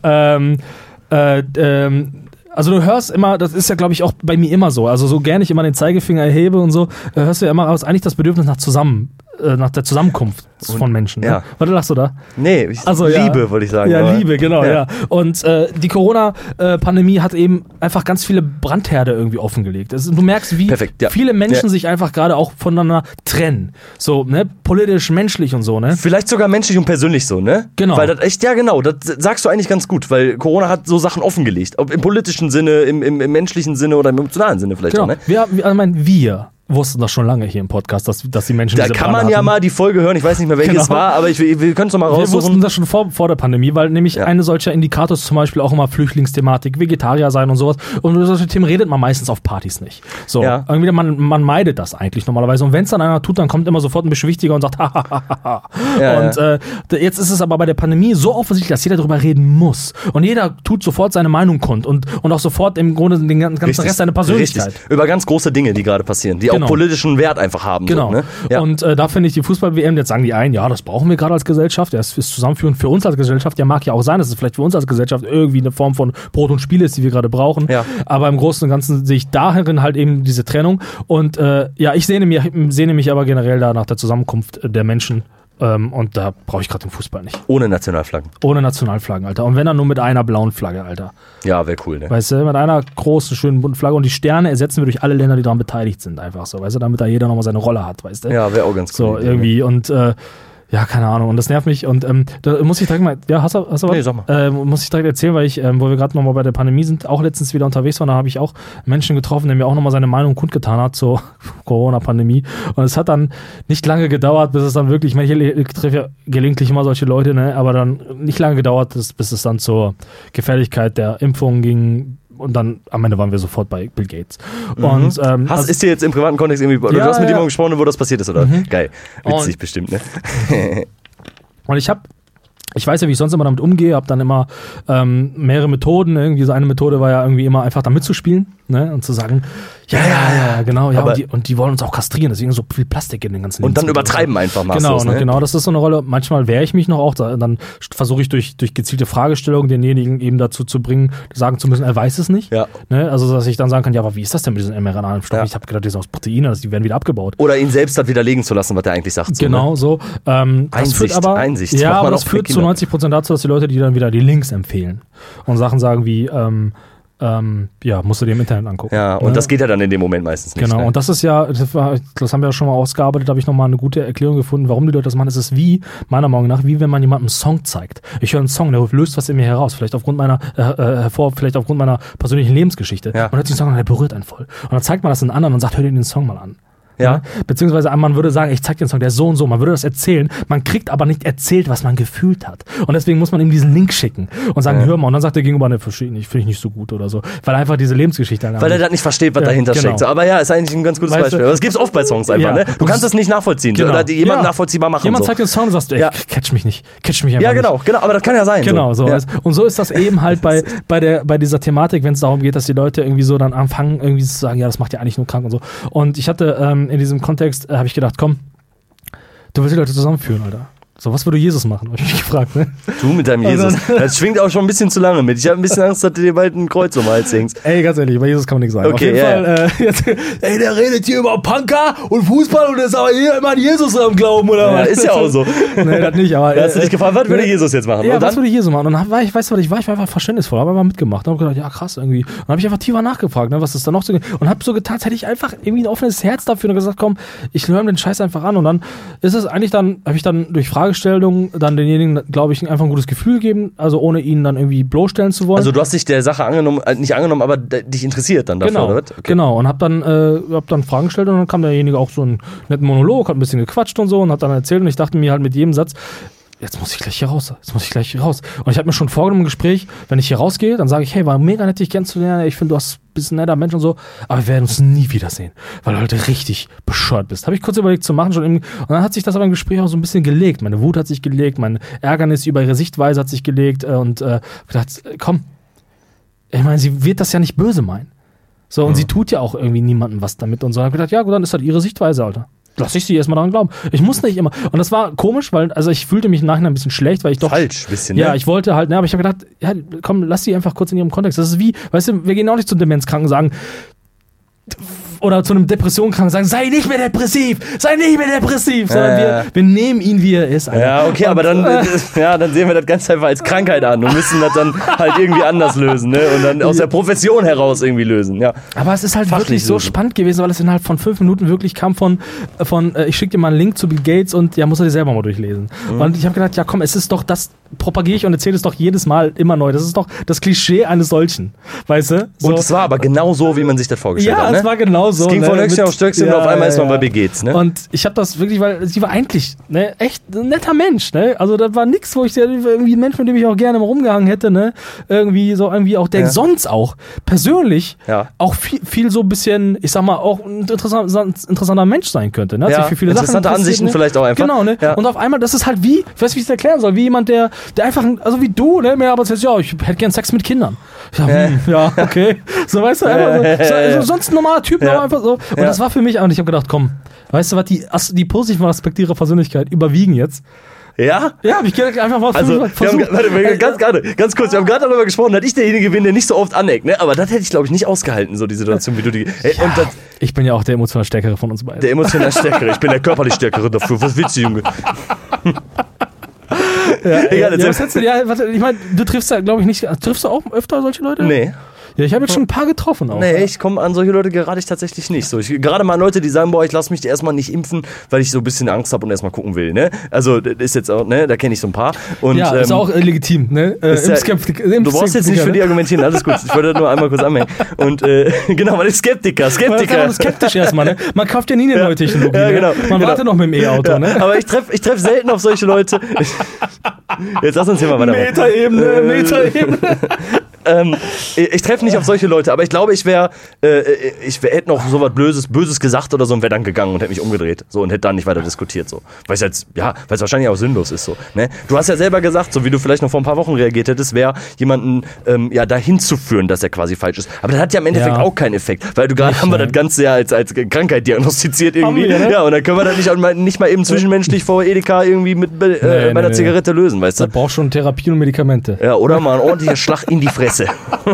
Also du hörst immer, das ist ja glaube ich auch bei mir immer so, also so gerne ich immer den Zeigefinger erhebe und so, hörst du ja immer raus, eigentlich das Bedürfnis nach der Zusammenkunft von Menschen. Ja. Ne? Warte, lachst du da? Nee, Liebe, würde ich sagen. Ja, Liebe, genau, ja. Und die Corona-Pandemie hat eben einfach ganz viele Brandherde irgendwie offengelegt. Du merkst, wie viele Menschen sich einfach gerade auch voneinander trennen. So, ne, politisch, menschlich und so, ne? Vielleicht sogar menschlich und persönlich so, ne? Genau. Weil das echt, ja genau, das sagst du eigentlich ganz gut, weil Corona hat so Sachen offengelegt. Ob im politischen Sinne, im menschlichen Sinne oder im emotionalen Sinne vielleicht auch, ne? Wir wussten das schon lange hier im Podcast, dass die Menschen da diese kann Brand man ja hatten. mal die Folge hören, ich weiß nicht mehr welches war, aber wir können es noch mal raussuchen. Wir wussten das schon vor der Pandemie, weil nämlich eine solcher Indikator ist zum Beispiel auch immer Flüchtlingsthematik, Vegetarier sein und sowas. Und über solche Themen redet man meistens auf Partys nicht. So, irgendwie man meidet das eigentlich normalerweise. Und wenn es dann einer tut, dann kommt immer sofort ein Beschwichtiger und sagt, jetzt ist es aber bei der Pandemie so offensichtlich, dass jeder darüber reden muss. Und jeder tut sofort seine Meinung kund und auch sofort im Grunde den ganzen Rest seiner Persönlichkeit. Richtig. Über ganz große Dinge, die gerade passieren, die auch politischen Wert einfach haben. Genau. So, ne? Ja. Und da finde ich die Fußball-WM, jetzt sagen die einen, ja, das brauchen wir gerade als Gesellschaft, das ist zusammenführend für uns als Gesellschaft, ja, mag ja auch sein, dass es vielleicht für uns als Gesellschaft irgendwie eine Form von Brot und Spiel ist, die wir gerade brauchen. Ja. Aber im Großen und Ganzen sehe ich darin halt eben diese Trennung. Und ich sehne mich aber generell da nach der Zusammenkunft der Menschen. Und da brauche ich gerade den Fußball nicht. Ohne Nationalflaggen. Ohne Nationalflaggen, Alter. Und wenn dann nur mit einer blauen Flagge, Alter. Ja, wäre cool, ne? Weißt du, mit einer großen, schönen bunten Flagge und die Sterne ersetzen wir durch alle Länder, die daran beteiligt sind, einfach so, weißt du, damit da jeder nochmal seine Rolle hat, weißt du? Ja, wäre auch ganz cool. So, irgendwie und ja, keine Ahnung. Und das nervt mich. Und da muss ich direkt mal, hast du was? Nee, sag mal. Muss ich direkt erzählen, weil wo wir gerade nochmal bei der Pandemie sind, auch letztens wieder unterwegs waren, da habe ich auch Menschen getroffen, der mir auch nochmal seine Meinung kundgetan hat zur Corona-Pandemie. Und es hat dann nicht lange gedauert, bis es dann wirklich, ich meine, ich treffe ja gelegentlich immer solche Leute, ne, aber dann nicht lange gedauert, bis es dann zur Gefährlichkeit der Impfung ging. Und dann am Ende waren wir sofort bei Bill Gates. Und, ist dir jetzt im privaten Kontext irgendwie, du hast mit jemandem gesprochen, wo das passiert ist, oder? Geil. Witzig bestimmt, ne? Und ich weiß ja, wie ich sonst immer damit umgehe, habe dann immer mehrere Methoden. Irgendwie so eine Methode war ja irgendwie immer einfach da mitzuspielen, ne? Und zu sagen, genau, ja, und die wollen uns auch kastrieren, deswegen so viel Plastik in den ganzen und dann übertreiben einfach mal. Genau, das ist so eine Rolle. Manchmal wehre ich mich noch auch, dann versuche ich durch gezielte Fragestellungen denjenigen eben dazu zu bringen, sagen zu müssen, er weiß es nicht. Ja. Ne? Also, dass ich dann sagen kann, ja, aber wie ist das denn mit diesen mRNA-Impfstoffen? Ja. Ich habe gedacht, die sind aus Proteinen, die werden wieder abgebaut. Oder ihn selbst hat widerlegen zu lassen, was er eigentlich sagt. Genau, so. Einsicht. Ja, aber das führt zu 90% dazu, dass die Leute, die dann wieder die Links empfehlen und Sachen sagen wie, musst du dir im Internet angucken. Ja, und das geht ja dann in dem Moment meistens nicht. Genau, Ne? und das haben wir ja schon mal ausgearbeitet, da habe ich nochmal eine gute Erklärung gefunden, warum die Leute das machen. Es ist meiner Meinung nach, wie wenn man jemandem einen Song zeigt. Ich höre einen Song, der löst was in mir heraus, vielleicht aufgrund meiner persönlichen Lebensgeschichte. Ja. Man hört sich den Song an, der berührt einen voll. Und dann zeigt man das den anderen und sagt, hör dir den Song mal an. Ja. Beziehungsweise man würde sagen, ich zeig dir den Song, der ist so und so. Man würde das erzählen. Man kriegt aber nicht erzählt, was man gefühlt hat. Und deswegen muss man ihm diesen Link schicken und sagen, hör mal. Und dann sagt der Gegenüber, ne, verstehe ich nicht, finde ich nicht so gut oder so. Weil einfach diese Lebensgeschichte. Weil er das nicht versteht, was dahinter steckt. So, aber ja, ist eigentlich ein ganz gutes Beispiel. Aber das gibt's oft bei Songs einfach, ne? Du kannst das nicht nachvollziehen oder jemanden nachvollziehbar machen. Jemand so. zeigt dir den Song und sagst, ey, catch mich einfach nicht. Ja, genau, aber das kann ja sein. Genau, so. Ja. Und so ist das eben halt bei dieser Thematik, wenn es darum geht, dass die Leute irgendwie so dann anfangen, irgendwie zu sagen, ja, das macht ja eigentlich nur krank und so. Und ich hatte in diesem Kontext, habe ich gedacht, komm, du willst die Leute zusammenführen, Alter. So, was würde Jesus machen? Habe ich mich gefragt, ne? Du mit deinem Jesus. Das schwingt auch schon ein bisschen zu lange mit. Ich habe ein bisschen Angst, dass du dir bald ein Kreuz um den Hals hängst. Ey, ganz ehrlich, bei Jesus kann man nichts sagen. Okay, auf jeden Fall, ey, der redet hier über Punker und Fußball und ist aber hier immer an Jesus am Glauben, oder was? Ja, ist ja auch so. Nee, das nicht, aber... Da hast du dich gefragt, was würde Jesus jetzt machen? Ja, und dann? was würde Jesus machen? Und dann war ich einfach verständnisvoll, habe einfach mitgemacht. Und habe gedacht, ja krass irgendwie. Und habe ich einfach tiefer nachgefragt, ne, was ist da noch so... Und habe so getan, als hätte ich einfach irgendwie ein offenes Herz dafür und gesagt, komm, ich höre mir den Scheiß einfach an. Und dann ist es eigentlich habe ich dann durch Fragestellungen dann denjenigen, glaube ich, einfach ein gutes Gefühl gegeben, also ohne ihn dann irgendwie bloßstellen zu wollen. Also du hast dich der Sache nicht angenommen, aber dich interessiert dann dafür, oder was? Okay. Genau, und hab dann Fragen gestellt und dann kam derjenige auch so einen netten Monolog, hat ein bisschen gequatscht und so und hat dann erzählt und ich dachte mir halt mit jedem Satz, jetzt muss ich gleich hier raus. Und ich habe mir schon vorgenommen im Gespräch, wenn ich hier rausgehe, dann sage ich, hey, war mega nett, dich kennenzulernen, ich finde, du bist ein netter Mensch und so, aber wir werden uns nie wiedersehen, weil du halt richtig bescheuert bist. Habe ich kurz überlegt zu machen und dann hat sich das aber im Gespräch auch so ein bisschen gelegt. Meine Wut hat sich gelegt, mein Ärgernis über ihre Sichtweise hat sich gelegt und gedacht, komm, ich meine, sie wird das ja nicht böse meinen. So, und sie tut ja auch irgendwie niemandem was damit und so. Und habe gedacht, ja gut, dann ist halt ihre Sichtweise, Alter. Lass ich sie erstmal daran glauben. Ich muss nicht immer. Und das war komisch, weil, also ich fühlte mich im Nachhinein ein bisschen schlecht, weil ich doch. Falsch, ein bisschen, ne? Ja, ich wollte halt, aber ich habe gedacht, ja, komm, lass sie einfach kurz in ihrem Kontext. Das ist wie, weißt du, wir gehen auch nicht zum Demenzkranken und sagen, oder zu einem Depressionenkranken sagen, sei nicht mehr depressiv, sondern wir nehmen ihn, wie er ist. Alter. Ja, okay, aber dann sehen wir das Ganze einfach als Krankheit an und müssen das dann halt irgendwie anders lösen, ne? Und dann aus der Profession heraus irgendwie lösen, ja. Aber es ist halt Fachlich wirklich so lösen. spannend gewesen, weil es innerhalb von 5 Minuten wirklich kam von ich schicke dir mal einen Link zu Bill Gates und ja, muss er dir selber mal durchlesen. Und ich habe gedacht, ja komm, es ist doch, das propagiere ich und erzähle es doch jedes Mal immer neu. Das ist doch das Klischee eines solchen, weißt du? So. Und es war aber genau so, wie man sich das vorgestellt hat, ne? Ja, es war genau so. Es ging von Höchstchen auf Stöckchen und auf einmal ist man bei Bill Gates, ne? Und ich habe das wirklich, weil sie war eigentlich echt ein netter Mensch, ne? Also das war nix, wo ich irgendwie ein Mensch, mit dem ich auch gerne mal rumgehangen hätte, ne? Irgendwie auch, der sonst auch persönlich auch viel so ein bisschen, ich sag mal, auch ein interessanter Mensch sein könnte, ne? Hat sich für viele interessante Sachen Ansichten vielleicht auch einfach. Genau, ne? Ja. Und auf einmal, das ist halt wie, ich weiß, wie ich es erklären soll, wie jemand, der einfach, also wie du, ne? Mir aber jetzt, ja, ich hätte gern Sex mit Kindern. Ja, okay. So, weißt du, einfach so, also sonst ein normaler Typ, aber einfach so. Und das war für mich, und ich habe gedacht, komm, weißt du was, die positiven Aspekte ihrer Persönlichkeit überwiegen jetzt. Ja? Ja, hab ich gedacht, einfach mal ganz kurz, wir haben gerade darüber gesprochen, dass ich derjenige bin, der nicht so oft aneckt, ne? Aber das hätte ich, glaube ich, nicht ausgehalten, so die Situation, wie du die... Ich bin ja auch der emotional Stärkere von uns beiden. Der emotional Stärkere, ich bin der körperlich Stärkere dafür. Was willst du, Junge? Egal, ich meine, du triffst ja, glaube ich, nicht... Triffst du auch öfter solche Leute? Nee. Ja, ich habe jetzt schon ein paar getroffen auch. Nee, ich komme an solche Leute gerate ich tatsächlich nicht. So, gerade mal an Leute, die sagen, boah, ich lasse mich erstmal nicht impfen, weil ich so ein bisschen Angst habe und erstmal gucken will, ne? Also, das ist jetzt auch, ne, da kenne ich so ein paar. Und, ja, ist auch legitim, ne? Du brauchst jetzt nicht für die argumentieren, alles gut. Ich wollte nur einmal kurz anmerken. Und, genau, weil ich Skeptiker. Man ist skeptisch erstmal, ne? Man kauft ja nie eine neue Technologie, ja, genau, Man wartet noch mit dem E-Auto, ne? Aber ich treff selten auf solche Leute. Jetzt lass uns hier mal weitermachen. Metaebene. Ich treffe nicht auf solche Leute, aber ich glaube, ich hätte noch so was Böses gesagt oder so und wäre dann gegangen und hätte mich umgedreht so und hätte dann nicht weiter diskutiert so, weil es wahrscheinlich auch sinnlos ist so. Ne? Du hast ja selber gesagt, so wie du vielleicht noch vor ein paar Wochen reagiert hättest, wäre jemanden dahin zu führen, dass er quasi falsch ist. Aber das hat ja im Endeffekt auch keinen Effekt, weil du gerade haben wir das Ganze ja als Krankheit diagnostiziert irgendwie. Wir, ne? Ja, und dann können wir das nicht mal eben zwischenmenschlich vor Edeka irgendwie mit meiner Zigarette lösen, weißt du? Das braucht schon Therapie und Medikamente. Ja, oder mal ein ordentlicher Schlag in die Fresse. Fresse.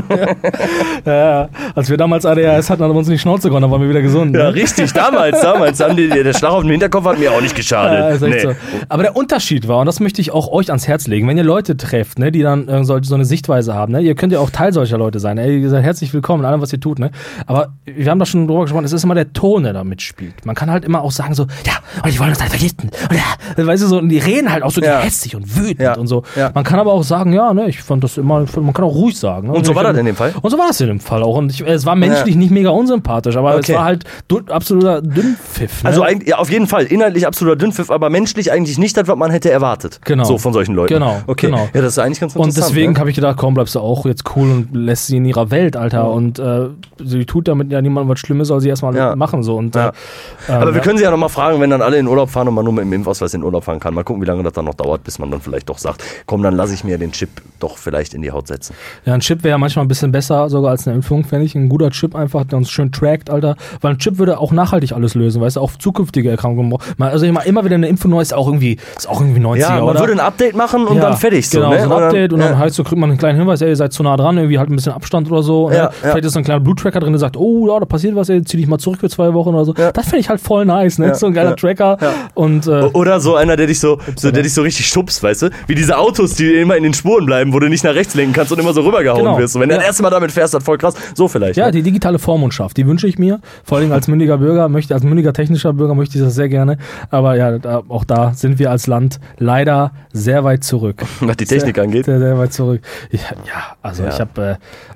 Ja, als wir damals ADHS hatten, haben wir uns in die Schnauze gehauen, dann waren wir wieder gesund. Ne? Ja, richtig, damals haben der Schlag auf den Hinterkopf hat mir auch nicht geschadet. Ja, ist echt so. Aber der Unterschied war, und das möchte ich auch euch ans Herz legen, wenn ihr Leute trefft, ne, die dann so eine Sichtweise haben, ne, ihr könnt ja auch Teil solcher Leute sein, ey, ihr seid herzlich willkommen in allem, was ihr tut, ne, aber wir haben da schon drüber gesprochen, es ist immer der Ton, der da mitspielt. Man kann halt immer auch sagen so, ja, und die wollen uns halt vergiften. Und ja, weißt du, so, und die reden halt auch so hässlich und wütend und so. Ja. Man kann aber auch sagen, ja, ne, ich fand das immer, man kann auch ruhig sagen. Ne? Und so war das in dem Fall? Und so war das in dem Fall auch. Und es war menschlich nicht mega unsympathisch, aber es war halt absoluter Dünnpfiff. Ne? Also ja, auf jeden Fall, inhaltlich absoluter Dünnpfiff, aber menschlich eigentlich nicht das, was man hätte erwartet. Genau. So von solchen Leuten. Genau. Okay. Genau. Ja, das ist eigentlich ganz interessant. Und deswegen habe ich gedacht, komm, bleibst du auch jetzt cool und lässt sie in ihrer Welt, Alter. Und sie tut damit ja niemandem was Schlimmes, soll sie erstmal machen. So. Und, aber wir können sie ja nochmal fragen, wenn dann alle in Urlaub fahren und man nur mit dem Impfausweis in Urlaub fahren kann. Mal gucken, wie lange das dann noch dauert, bis man dann vielleicht doch sagt, komm, dann lasse ich mir den Chip doch vielleicht in die Haut setzen. Ja, ein Chip wäre ja manchmal ein bisschen besser sogar als eine Impfung, fände ich. Ein guter Chip einfach, der uns schön trackt, Alter. Weil ein Chip würde auch nachhaltig alles lösen, weißt du, auch zukünftige Erkrankungen. Also immer wieder eine Impfung neu ist auch irgendwie 90er, ja, man oder? würde ein Update machen und dann fertig. Genau, ne? so ein Update und dann heißt so, kriegt man einen kleinen Hinweis, ey, ihr seid zu nah dran, irgendwie halt ein bisschen Abstand oder so. Ja, Vielleicht ist so ein kleiner Bluttracker drin, der sagt, oh ja, da passiert was, ey, zieh dich mal zurück für 2 Wochen oder so. Ja. Das finde ich halt voll nice, ne? So ein geiler Tracker. Ja. Und, oder so einer, der dich so richtig schubst, weißt du? Wie diese Autos, die immer in den Spuren bleiben, wo du nicht nach rechts lenken kannst und immer so rübergehauen wirst. Und wenn du das erste Mal damit fährst, das voll krass. So vielleicht. Ja, ne? Die digitale Vormundschaft, die wünsche ich mir. Vor allem als mündiger Bürger, als mündiger technischer Bürger möchte ich das sehr gerne. Aber ja, auch da sind wir als Land leider sehr weit zurück. Was die Technik angeht? Sehr, sehr weit zurück. Ich habe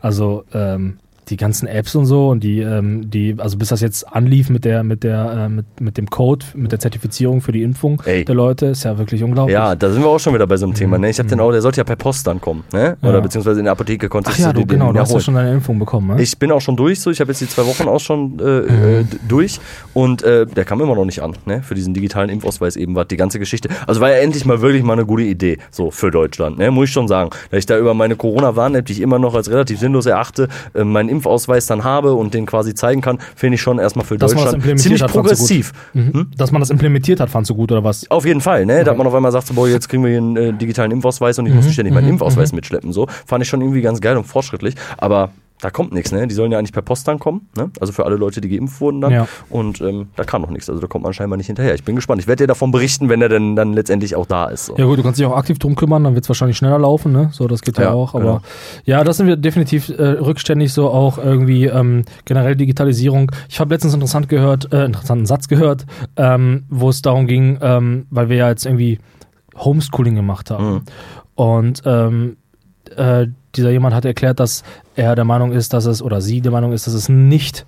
die ganzen Apps und so und also bis das jetzt anlief mit dem Code, mit der Zertifizierung für die Impfung der Leute, ist ja wirklich unglaublich. Ja, da sind wir auch schon wieder bei so einem Thema. Ne? Ich habe den auch, der sollte ja per Post dann kommen, ne? Oder beziehungsweise in der Apotheke konntest du den du hast ja schon deine Impfung bekommen, ne? Ich bin auch schon durch, so ich habe jetzt die 2 Wochen auch schon durch und der kam immer noch nicht an, ne? Für diesen digitalen Impfausweis eben war die ganze Geschichte. Also war ja endlich mal wirklich mal eine gute Idee, so für Deutschland, ne? Muss ich schon sagen. Da ich da über meine Corona-Warn-App, die ich immer noch als relativ sinnlos erachte, meinen Impfausweis dann habe und den quasi zeigen kann, finde ich schon erstmal für Deutschland ziemlich progressiv. Dass man das implementiert hat, fandst du gut, oder was? Auf jeden Fall, ne? Da hat man auf einmal sagt, so, boah, jetzt kriegen wir hier einen digitalen Impfausweis und ich muss ständig meinen Impfausweis mitschleppen. So. Fand ich schon irgendwie ganz geil und fortschrittlich, aber da kommt nichts, ne? Die sollen ja eigentlich per Post dann kommen, ne? Also für alle Leute, die geimpft wurden dann. Ja. Und da kam noch nichts, also da kommt man scheinbar nicht hinterher. Ich bin gespannt. Ich werde dir davon berichten, wenn er denn dann letztendlich auch da ist. So. Ja gut, du kannst dich auch aktiv drum kümmern, dann wird es wahrscheinlich schneller laufen, ne? So, das geht ja auch. Aber ja, das sind wir definitiv rückständig, so auch irgendwie generell Digitalisierung. Ich habe letztens einen interessanten Satz gehört, wo es darum ging, weil wir ja jetzt irgendwie Homeschooling gemacht haben. Und dieser jemand hat erklärt, dass er der Meinung ist, dass es nicht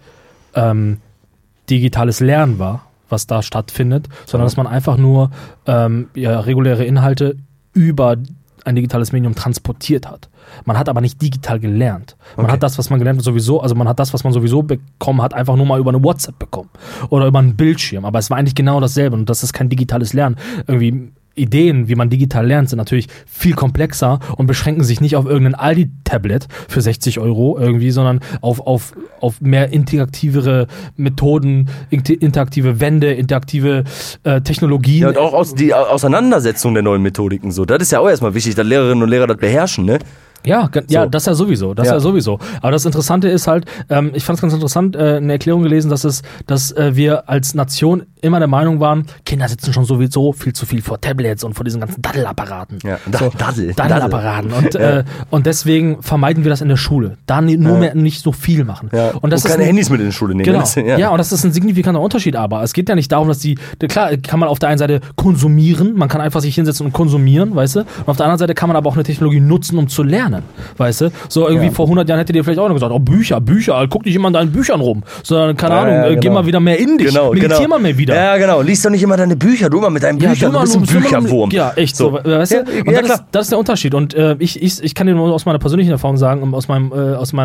digitales Lernen war, was da stattfindet, sondern dass man einfach nur reguläre Inhalte über ein digitales Medium transportiert hat. Man hat aber nicht digital gelernt. Man hat das, was man gelernt hat, sowieso, also man hat das, was man sowieso bekommen hat, einfach nur mal über eine WhatsApp bekommen oder über einen Bildschirm. Aber es war eigentlich genau dasselbe und das ist kein digitales Lernen. Irgendwie Ideen, wie man digital lernt, sind natürlich viel komplexer und beschränken sich nicht auf irgendein Aldi-Tablet für 60 € irgendwie, sondern auf mehr interaktivere Methoden, interaktive Wände, interaktive Technologien. Ja, und auch die Auseinandersetzung der neuen Methodiken so. Das ist ja auch erstmal wichtig, dass Lehrerinnen und Lehrer das beherrschen, ne? Ja, das ja sowieso. Aber das Interessante ist halt, ich fand es ganz interessant, eine Erklärung gelesen, dass wir als Nation immer der Meinung waren, Kinder sitzen schon sowieso viel zu viel vor Tablets und vor diesen ganzen Daddelapparaten. Ja, Daddelapparaten. Und deswegen vermeiden wir das in der Schule. Da mehr nicht so viel machen. Ja. Und keine Handys mit in die Schule nehmen. Genau. Ja, und das ist ein signifikanter Unterschied, aber es geht ja nicht darum, dass klar, kann man auf der einen Seite konsumieren, man kann einfach sich hinsetzen und konsumieren, weißt du? Und auf der anderen Seite kann man aber auch eine Technologie nutzen, um zu lernen. Weißt du? So irgendwie vor 100 Jahren hätte dir vielleicht auch noch gesagt, oh Bücher, guck nicht immer an deinen Büchern rum, sondern, keine Ahnung, geh mal wieder mehr in dich, meditier mal mehr wieder. Ja, genau, lies doch nicht immer deine Bücher, du immer mit deinen Büchern, du bist ein Bücherwurm. Ja, echt so, weißt du? Und das ist der Unterschied und ich kann dir nur aus meiner persönlichen Erfahrung sagen und aus meinem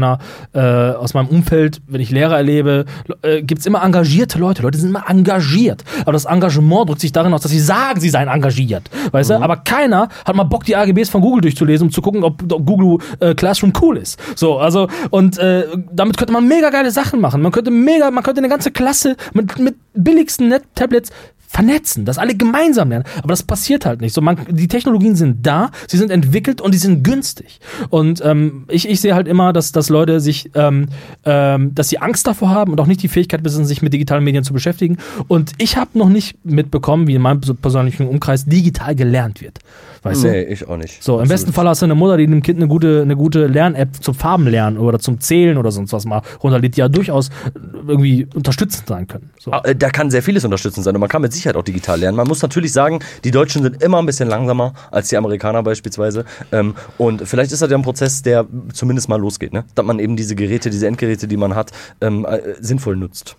Umfeld, wenn ich Lehrer erlebe, gibt es immer engagierte Leute sind immer engagiert, aber das Engagement drückt sich darin aus, dass sie sagen, sie seien engagiert, weißt du? Aber keiner hat mal Bock, die AGBs von Google durchzulesen, um zu gucken, ob Google Classroom cool ist. So, also, und damit könnte man mega geile Sachen machen. Man könnte eine ganze Klasse mit billigsten Tablets vernetzen, dass alle gemeinsam lernen. Aber das passiert halt nicht. So, die Technologien sind da, sie sind entwickelt und die sind günstig. Und ich sehe halt immer, dass Leute sich, dass sie Angst davor haben und auch nicht die Fähigkeit besitzen, sich mit digitalen Medien zu beschäftigen. Und ich habe noch nicht mitbekommen, wie in meinem persönlichen Umkreis digital gelernt wird. Weißt du? Ich auch nicht. So, im besten Fall hast du eine Mutter, die dem Kind eine gute Lern-App zum Farbenlernen oder zum Zählen oder sonst was mal runterlädt, die ja durchaus irgendwie unterstützend sein können. So. Da kann sehr vieles unterstützend sein und man kann mit Sicherheit auch digital lernen. Man muss natürlich sagen, die Deutschen sind immer ein bisschen langsamer als die Amerikaner beispielsweise. Und vielleicht ist das ja ein Prozess, der zumindest mal losgeht, ne? Dass man eben diese Endgeräte, die man hat, sinnvoll nutzt.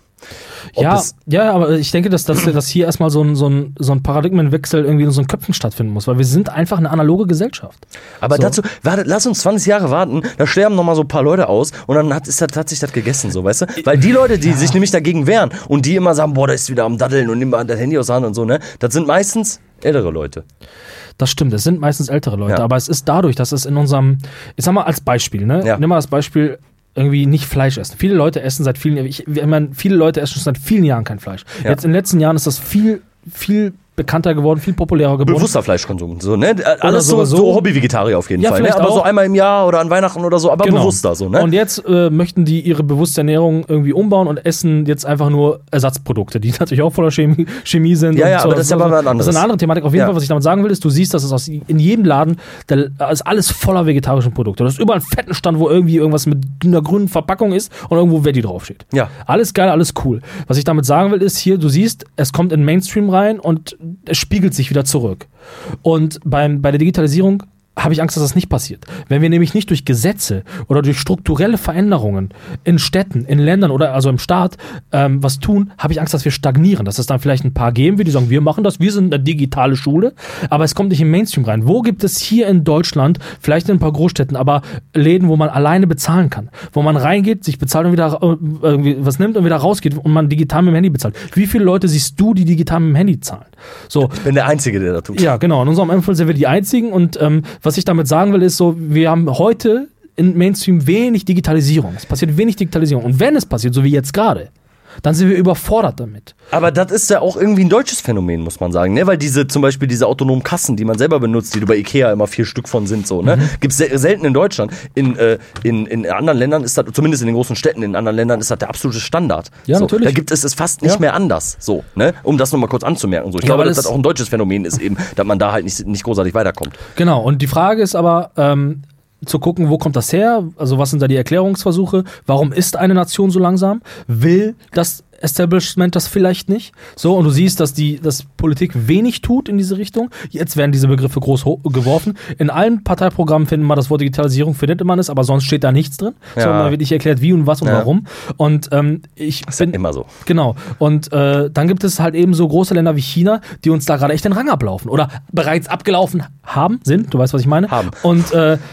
Ja, aber ich denke, dass hier erstmal so ein Paradigmenwechsel irgendwie in unseren Köpfen stattfinden muss, weil wir sind einfach eine analoge Gesellschaft. Aber dazu, lass uns 20 Jahre warten, da sterben nochmal so ein paar Leute aus und dann hat sich das gegessen, so, weißt du? Weil die Leute, die sich nämlich dagegen wehren und die immer sagen, boah, der ist wieder am Daddeln und nimmt mal das Handy aus der Hand und so, ne? Das sind meistens ältere Leute. Das stimmt, es sind meistens ältere Leute, aber es ist dadurch, dass es in unserem, ich sag mal als Beispiel, ne? Ja. Nimm mal als Beispiel, irgendwie nicht Fleisch essen. Viele Leute essen seit vielen Jahren, viele Leute essen schon seit vielen Jahren kein Fleisch. Ja. Jetzt in den letzten Jahren ist das viel bekannter geworden, viel populärer geworden. Bewusster Fleischkonsum, so, ne? Alles so Hobby-Vegetarier auf jeden Fall, ne? Aber auch. so einmal im Jahr oder an Weihnachten oder so, aber bewusster, so, ne? Und jetzt möchten die ihre bewusste Ernährung irgendwie umbauen und essen jetzt einfach nur Ersatzprodukte, die natürlich auch voller Chemie sind. Ja, aber das ist ja mal was anderes. Das ist eine andere Thematik. Auf jeden Fall, was ich damit sagen will, ist, du siehst, dass es in jedem Laden, da ist alles voller vegetarischen Produkte. Das ist überall ein fetten Stand, wo irgendwie irgendwas mit einer grünen Verpackung ist und irgendwo Veggie draufsteht. Ja. Alles geil, alles cool. Was ich damit sagen will, ist hier, du siehst, es kommt in den Mainstream rein und es spiegelt sich wieder zurück. Und bei der Digitalisierung habe ich Angst, dass das nicht passiert. Wenn wir nämlich nicht durch Gesetze oder durch strukturelle Veränderungen in Städten, in Ländern oder also im Staat was tun, habe ich Angst, dass wir stagnieren. Dass es dann vielleicht ein paar geben wird, die sagen, wir machen das, wir sind eine digitale Schule, aber es kommt nicht im Mainstream rein. Wo gibt es hier in Deutschland, vielleicht in ein paar Großstädten, aber Läden, wo man alleine bezahlen kann? Wo man reingeht, sich bezahlt und wieder irgendwie was nimmt und wieder rausgeht und man digital mit dem Handy bezahlt. Wie viele Leute siehst du, die digital mit dem Handy zahlen? So. Ich bin der Einzige, der das tut. Ja, genau. In unserem Umfeld sind wir die Einzigen und was ich damit sagen will, ist so, wir haben heute im Mainstream wenig Digitalisierung. Es passiert wenig Digitalisierung. Und wenn es passiert, so wie jetzt gerade, dann sind wir überfordert damit. Aber das ist ja auch irgendwie ein deutsches Phänomen, muss man sagen, ne? Weil zum Beispiel diese autonomen Kassen, die man selber benutzt, die du bei Ikea immer 4 Stück von sind, so, ne? Gibt's selten in Deutschland. In anderen Ländern ist das, zumindest in den großen Städten, in anderen Ländern ist das der absolute Standard. Ja, so, natürlich. Da gibt es fast nicht mehr anders, so, ne? Um das nochmal kurz anzumerken. So. Ich glaube, dass das auch ein deutsches Phänomen ist eben, dass man da halt nicht großartig weiterkommt. Genau, und die Frage ist aber, zu gucken, wo kommt das her? Also was sind da die Erklärungsversuche? Warum ist eine Nation so langsam? Will das Establishment das vielleicht nicht? So, und du siehst, dass Politik wenig tut in diese Richtung. Jetzt werden diese Begriffe groß geworfen. In allen Parteiprogrammen findet man das Wort Digitalisierung, findet man es, aber sonst steht da nichts drin. Ja. So, man wird nicht erklärt, wie und was und warum. Und das ist ja immer so. Genau. Und dann gibt es halt eben so große Länder wie China, die uns da gerade echt den Rang ablaufen oder bereits abgelaufen sind. Du weißt, was ich meine? Haben. Und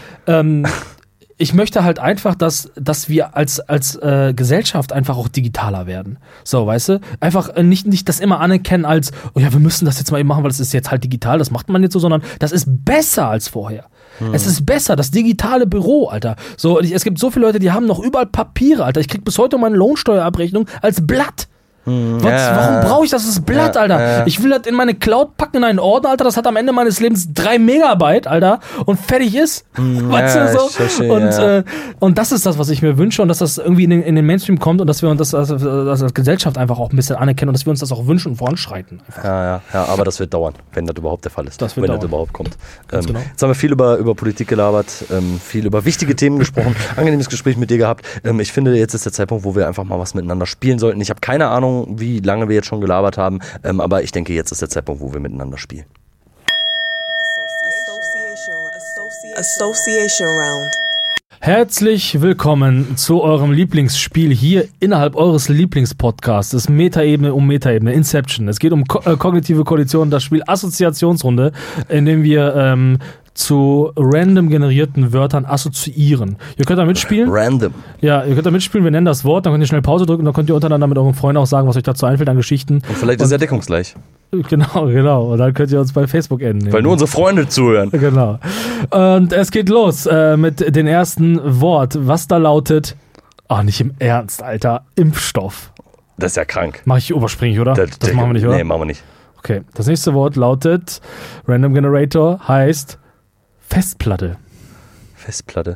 ich möchte halt einfach, dass wir als Gesellschaft einfach auch digitaler werden. So, weißt du? Einfach nicht das immer anerkennen als, oh ja, wir müssen das jetzt mal eben machen, weil es ist jetzt halt digital, das macht man jetzt so, sondern das ist besser als vorher. Es ist besser, das digitale Büro, Alter. So, es gibt so viele Leute, die haben noch überall Papiere, Alter. Ich krieg bis heute meine Lohnsteuerabrechnung als Blatt. Warum brauche ich das Blatt, Alter? Ja. Ich will das in meine Cloud packen, in einen Ordner, Alter. Das hat am Ende meines Lebens 3 Megabyte, Alter. Und fertig ist. Weißt du, so? Verstehe, und das ist das, was ich mir wünsche. Und dass das irgendwie in den Mainstream kommt und dass wir uns das als Gesellschaft einfach auch ein bisschen anerkennen und dass wir uns das auch wünschen und voranschreiten. Ja, aber das wird dauern, wenn das überhaupt der Fall ist. Das überhaupt kommt. Genau. Jetzt haben wir viel über Politik gelabert, viel über wichtige Themen gesprochen. Angenehmes Gespräch mit dir gehabt. Ich finde, jetzt ist der Zeitpunkt, wo wir einfach mal was miteinander spielen sollten. Ich habe keine Ahnung, wie lange wir jetzt schon gelabert haben, aber ich denke, jetzt ist der Zeitpunkt, wo wir miteinander spielen. Association Round. Herzlich willkommen zu eurem Lieblingsspiel hier innerhalb eures Lieblingspodcasts. Das ist Metaebene um Metaebene, Inception. Es geht um kognitive Koalition, das Spiel Assoziationsrunde, in dem wir zu random generierten Wörtern assoziieren. Ihr könnt da mitspielen. Random. Ja, ihr könnt da mitspielen, wir nennen das Wort, dann könnt ihr schnell Pause drücken, dann könnt ihr untereinander mit euren Freunden auch sagen, was euch dazu einfällt an Geschichten. Und vielleicht ist er deckungsgleich. Genau. Und dann könnt ihr uns bei Facebook enden. Weil nur unsere Freunde zuhören. Genau. Und es geht los mit dem ersten Wort, was da lautet, nicht im Ernst, Alter, Impfstoff. Das ist ja krank. Überspringe ich, oder? Das machen wir nicht, oder? Nee, machen wir nicht. Okay, das nächste Wort lautet, Random Generator heißt Festplatte. Festplatte.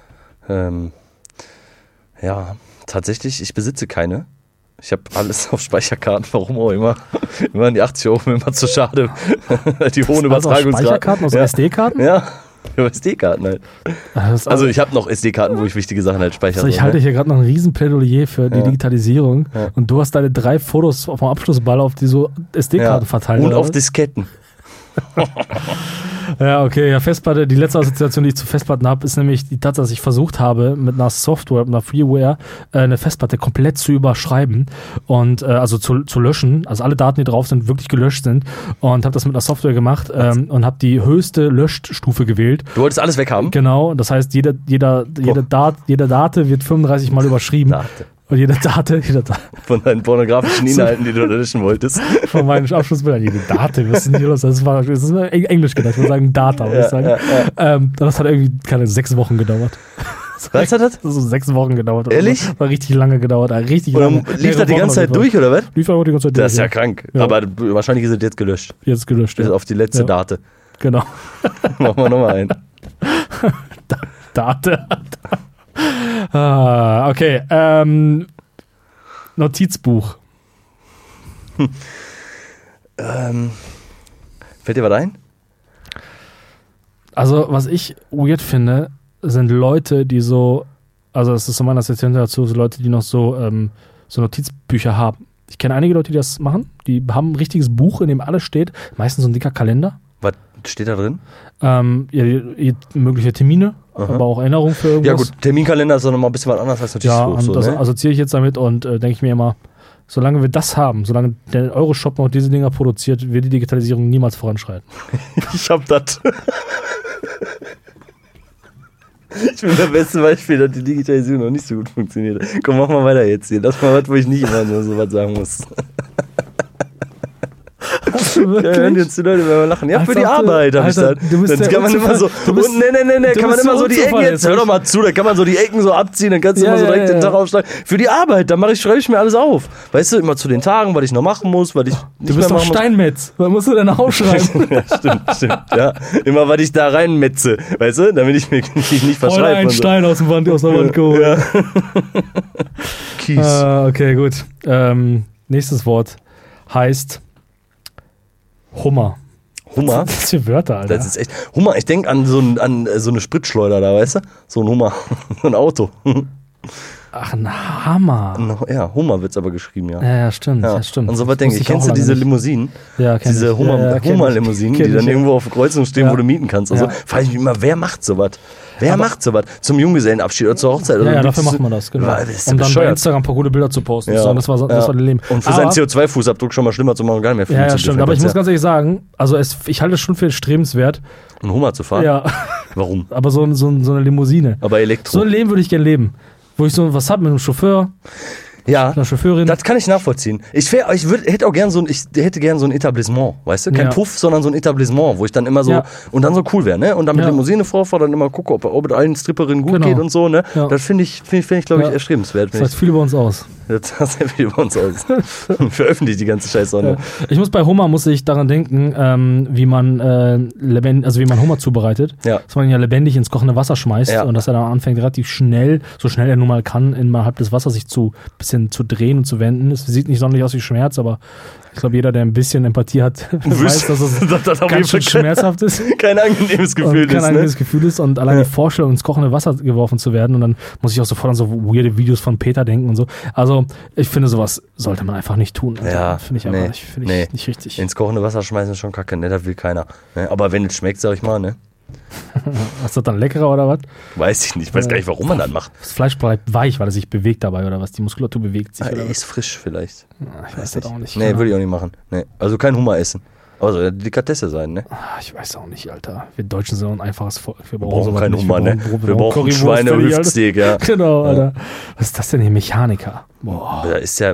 Ja, tatsächlich, ich besitze keine. Ich habe alles auf Speicherkarten, warum auch immer. Immer die 80 Euro immer zu schade. Die hohen Übertragungsraten. Speicherkarten, also SD-Karten? Ja, SD-Karten halt. Also ich habe noch SD-Karten, wo ich wichtige Sachen halt speichere. Also ich halte hier gerade noch ein riesen Plädoyer für die Digitalisierung und du hast deine 3 Fotos vom Abschlussball auf die so SD-Karten verteilt. Und oder auf was? Disketten. Ja, okay, ja, Festplatte, die letzte Assoziation, die ich zu Festplatten habe, ist nämlich die Tatsache, dass ich versucht habe, mit einer Software, mit einer Freeware, eine Festplatte komplett zu überschreiben und also zu löschen, also alle Daten, die drauf sind, wirklich gelöscht sind und habe das mit einer Software gemacht und habe die höchste Löschstufe gewählt. Du wolltest alles weghaben? Genau, das heißt, jede Date wird 35 Mal überschrieben. Date. Und jede Date Von deinen pornografischen Inhalten, die du löschen wolltest. von meinen Abschlussbildern, jede Date, was ist denn hier los? Das ist Englisch gedacht, ich würde sagen Data, würde ich sagen. Das hat irgendwie, keine 6 Wochen gedauert. Was hat das? Das hat so 6 Wochen gedauert. Ehrlich? Das war richtig lange gedauert. Richtig lange. Oder lief das die ganze Zeit durch, oder was? Lief einfach die ganze Zeit durch. Das ist ja krank. Ja. Aber wahrscheinlich ist es jetzt gelöscht. Jetzt gelöscht. Bis Ja. auf die letzte Ja. Date. Genau. Machen wir nochmal ein. Date. Okay. Notizbuch. Fällt dir was ein? Also, was ich weird finde, sind Leute, die so, also das ist so meine Assoziation dazu, so Leute, die noch so Notizbücher haben. Ich kenne einige Leute, die das machen. Die haben ein richtiges Buch, in dem alles steht. Meistens so ein dicker Kalender. Was steht da drin? Mögliche Termine, aber auch Erinnerungen für irgendwas. Ja gut, Terminkalender ist doch nochmal ein bisschen was anderes als Ja, Notizbuch. und so, das ne? assoziiere ich jetzt damit und denke ich mir immer, solange wir das haben, solange der Euroshop noch diese Dinger produziert, wird die Digitalisierung niemals voranschreiten. Ich hab das. Ich bin das beste Beispiel, dass die Digitalisierung noch nicht so gut funktioniert. Komm, mach mal weiter jetzt hier. Das mal was, wo ich nicht immer nur so was sagen muss. Ja, hören die uns die Leute immer lachen. Ja, Als für die ob du- Arbeit hab ich Alter, das. du bist Dann der kann man immer so. du bist- Nee, du kann man bist immer so so die Ecken Unzufall jetzt. jetzt. Hör doch mal zu, da kann man so die Ecken so abziehen, dann kannst du Ja, immer so ja, direkt ja, den ja. Tag aufschreiben. Für die Arbeit, da schreibe ich mir alles auf. Weißt du, immer zu den Tagen, was ich noch machen muss, was ich Du nicht bist mehr doch machen muss. Steinmetz. Was musst du denn aufschreiben? Ja, stimmt, ja. Immer, was ich da reinmetze, weißt du, damit ich mich nicht Heute verschreibe. einen und so. Stein aus der Wand geholt. Ja. Kies. Okay, gut. Nächstes Wort heißt Hummer. Hummer? Das ist für Wörter, Alter. Das ist echt. Hummer, ich denke an so eine Spritschleuder da, weißt du? So ein Hummer. So ein Auto. Ach, ein Hammer. Ja, Hummer wird's aber geschrieben, ja. Ja, stimmt. Ja, stimmt. Und so was Das denke wusste ich. Kennst auch du diese lange nicht. Limousinen? Ja, kenn Diese ich. Ja, kenn ich. Hummer-Limousinen, Kenn die dann ich, ja. irgendwo auf Kreuzung stehen, Ja. wo du mieten kannst und Ja. so. Frage ich mich immer, wer macht sowas? Wer macht sowas? Zum Junggesellenabschied oder zur Hochzeit? Oder Ja, du dafür mietst- macht man das, genau. Das ist ja Um dann bei bescheuert. Instagram ein paar gute Bilder zu posten. Ja. So, das war das Leben. Und für Aber- seinen CO2-Fußabdruck schon mal schlimmer zu machen, gar nicht mehr Ja, ja, zu stimmt. dürfen. Aber ich muss Jetzt ganz ehrlich sagen, also ich halte es schon für strebenswert. einen Hummer zu fahren? Ja, Warum? aber so eine Limousine. Aber Elektro. So ein Leben würde ich gerne leben. Wo ich so was habe mit einem Chauffeur, Ja, einer Chauffeurin. das kann ich nachvollziehen. Ich hätte gern so ein Etablissement, weißt du? Kein Ja. Puff, sondern so ein Etablissement, wo ich dann immer so, Ja. und dann so cool wäre, ne? Und dann mit Ja. Limousine vorfahre, dann immer gucke, ob mit allen Stripperinnen gut Genau. geht und so, ne? Ja. Das finde ich, glaube ich, Ja. erstrebenswert. Das sagt viel über uns aus. Das sagt sehr viel über uns aus. Veröffentlicht die ganze Scheiße auch Ja. noch. Bei Hummer muss ich daran denken, wie man wie man Hummer zubereitet. Ja. Dass man ihn ja lebendig ins kochende Wasser schmeißt Ja. und dass er dann anfängt relativ schnell, so schnell er nun mal kann, innerhalb des Wassers sich bisschen zu drehen und zu wenden. Es sieht nicht sonderlich aus wie Schmerz, aber ich glaube, jeder, der ein bisschen Empathie hat, weiß, dass es das auf jeden ganz schön Fall schmerzhaft ist. kein angenehmes Gefühl Und kein ist, ne? angenehmes Gefühl ist und allein die Vorstellung, ins kochende Wasser geworfen zu werden und dann muss ich auch sofort an so weirde Videos von Peter denken und so. Also ich finde, sowas sollte man einfach nicht tun. Also, Ja, finde ich einfach nicht richtig. Ins kochende Wasser schmeißen ist schon kacke, ne? Das will keiner. Ne? Aber wenn es schmeckt, sag ich mal, ne? Ist das dann leckerer oder was? Weiß ich nicht. Ich weiß gar nicht, warum man das macht. Das Fleisch bleibt weich, weil es sich bewegt dabei oder was? Die Muskulatur bewegt sich oder was? Ist frisch vielleicht. Ich weiß das auch nicht. Nee, würde ich auch nicht machen. Nee. Also kein Hummer essen. Aber soll ja Delikatesse sein, ne? Ich weiß auch nicht, Alter. Wir Deutschen sind ein einfaches Volk. Wir Wir brauchen sowas keinen nicht. Hummer, ne? Wir brauchen Currywurst Schweine- für und die, Alter. Hüftsteak, ja. Genau, Alter. Was ist das denn hier? Mechaniker. Boah. Da ist ja,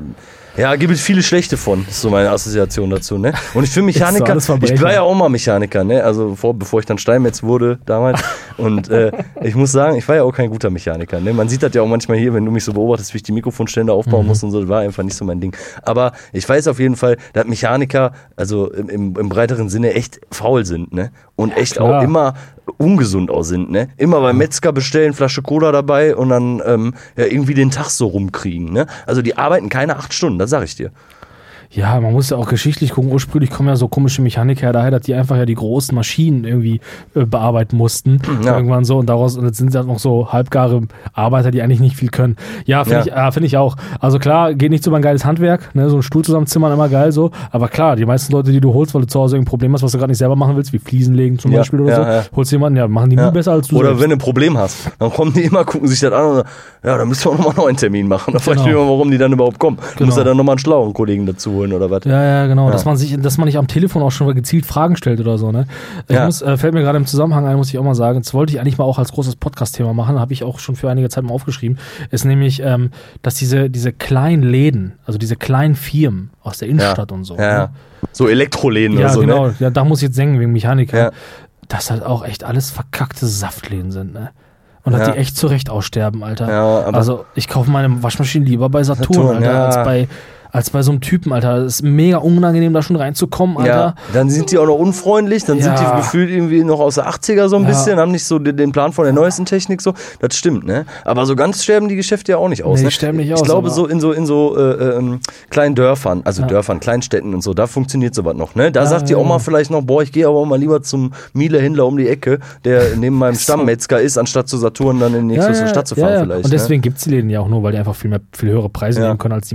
Ja, gibt es viele schlechte von. Das ist so meine Assoziation dazu, ne? Und ich finde Mechaniker, alles Verbrechen. ich war ja auch mal Mechaniker, ne? Also bevor ich dann Steinmetz wurde damals. Und ich muss sagen, ich war ja auch kein guter Mechaniker, ne? Man sieht das ja auch manchmal hier, wenn du mich so beobachtest, wie ich die Mikrofonständer aufbauen muss und so, das war einfach nicht so mein Ding. Aber ich weiß auf jeden Fall, dass Mechaniker, also im breiteren Sinne, echt faul sind, ne? Und echt klar. auch immer ungesund auch sind, ne? Immer beim Metzger bestellen, Flasche Cola dabei und dann ja, irgendwie den Tag so rumkriegen, ne? Also die arbeiten keine 8 Stunden, das sag ich dir. Ja, man muss ja auch geschichtlich gucken. Ursprünglich kommen ja so komische Mechaniker daher, dass die einfach ja die großen Maschinen irgendwie bearbeiten mussten. Ja. Irgendwann so. Und daraus und jetzt sind ja noch so halbgare Arbeiter, die eigentlich nicht viel können. Ja, finde ich auch. Also klar, geht nicht so über ein geiles Handwerk. Ne? So einen Stuhl zusammenzimmern, immer geil so. Aber klar, die meisten Leute, die du holst, weil du zu Hause irgendein Problem hast, was du gerade nicht selber machen willst, wie Fliesen legen zum Beispiel oder so, holst jemanden, ja, machen die nie besser als du Oder selbst. wenn du ein Problem hast, dann kommen die immer, gucken sich das an und sagen, ja, dann müssen wir nochmal einen neuen Termin machen. Da frage ich mich immer, warum die dann überhaupt kommen. Du musst ja dann nochmal einen schlauen Kollegen dazu holen oder was. Ja, genau. Ja. Dass man nicht am Telefon auch schon gezielt Fragen stellt oder so, ne? Fällt mir gerade im Zusammenhang ein, muss ich auch mal sagen, das wollte ich eigentlich mal auch als großes Podcast-Thema machen, habe ich auch schon für einige Zeit mal aufgeschrieben, ist nämlich, dass diese kleinen Läden, also diese kleinen Firmen aus der Innenstadt und so. Ja. Ne? So Elektroläden Ja, oder so, genau. ne? Ja, da muss ich jetzt denken, wegen Mechaniker. Ja. Dass halt auch echt alles verkackte Saftläden sind, ne? Und dass die echt zurecht aussterben, Alter. Ja, aber also ich kaufe meine Waschmaschine lieber bei Saturn, Alter, als bei so einem Typen, Alter. Das ist mega unangenehm, da schon reinzukommen, Alter. Ja, dann sind die auch noch unfreundlich, dann sind die gefühlt irgendwie noch aus der 80er so ein bisschen, haben nicht so den Plan von der neuesten Technik so. Das stimmt, ne? Aber so ganz sterben die Geschäfte ja auch nicht aus, Nee, ne? die sterben nicht aus, Ich glaube, aber- so in so kleinen Dörfern, also Dörfern, Kleinstädten und so, da funktioniert sowas noch, ne? Da sagt die Oma vielleicht noch, boah, ich gehe aber auch mal lieber zum Miele-Händler um die Ecke, der neben meinem Stammmetzger ist, anstatt zu Saturn dann in die nächste Stadt zu fahren vielleicht. Und deswegen gibt's die Läden ja auch nur, weil die einfach viel höhere Preise nehmen können als die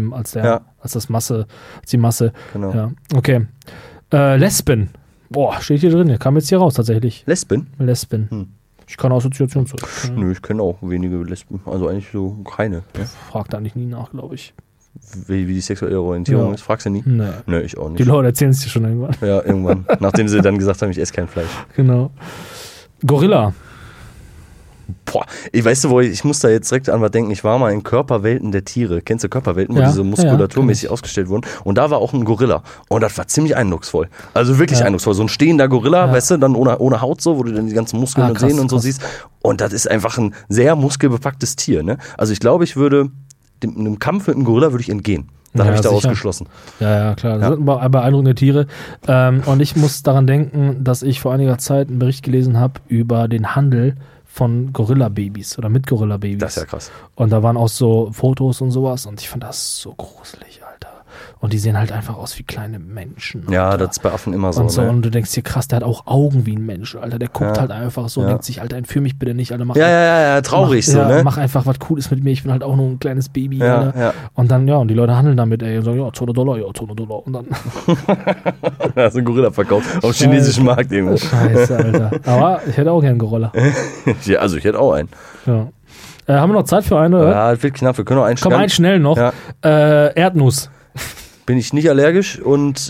Masse. Genau. Ja. Okay. Lesben. Boah, steht hier drin. Kam jetzt hier raus tatsächlich. Lesben? Lesben. Ich kann Assoziation zu. Nö, ich kenne auch wenige Lesben, also eigentlich so keine. Ne? Fragt eigentlich nie nach, glaube ich. Wie die sexuelle Orientierung Ja. ist, fragst du nie? Nee. Nö, ich auch Die nicht. Leute erzählen es dir schon irgendwann. Ja, irgendwann. Nachdem sie dann gesagt haben, ich esse kein Fleisch. Genau. Gorilla. Boah, weißt du, ich muss da jetzt direkt an was denken. Ich war mal in Körperwelten der Tiere. Kennst du Körperwelten, wo Ja, diese muskulaturmäßig kenn ich. ausgestellt wurden? Und da war auch ein Gorilla. Und das war ziemlich eindrucksvoll. Also wirklich eindrucksvoll. So ein stehender Gorilla, weißt du, dann ohne Haut so, wo du dann die ganzen Muskeln und krass, Sehnen und so krass. siehst. Und das ist einfach ein sehr muskelbepacktes Tier. Ne? Also ich glaube, ich würde einem Kampf mit einem Gorilla würde ich entgehen. Da Ja, habe ich da sicher. ausgeschlossen. Ja, klar. Das sind beeindruckende Tiere. Und ich muss daran denken, dass ich vor einiger Zeit einen Bericht gelesen habe über den Handel von Gorilla-Babys oder mit Gorilla-Babys. Das ist ja krass. Und da waren auch so Fotos und sowas und ich fand das so gruselig, Alter. Und die sehen halt einfach aus wie kleine Menschen. Ja, Alter. das ist bei Affen immer so. Und so, Ne? und du denkst dir, krass, der hat auch Augen wie ein Mensch, Alter. Der guckt halt einfach so und denkt sich, Alter, entführ mich bitte nicht, Alter. Mach Ja, traurig so, ne? Mach einfach was Cooles mit mir, ich bin halt auch nur ein kleines Baby, Ja, Alter. ja. Und dann, und die Leute handeln damit, ey, und sagen, ja, $200, ja, $200. Und dann, Da ist ein Gorilla verkauft auf dem chinesischen Markt irgendwo. scheiße, Alter. Aber ich hätte auch gern einen Gorilla. Ja, also ich hätte auch einen. Ja. Haben wir noch Zeit für eine, oder? Ja, das wird knapp, wir können noch einen Komm, einen schnell noch. Ja. Erdnuss. Bin ich nicht allergisch und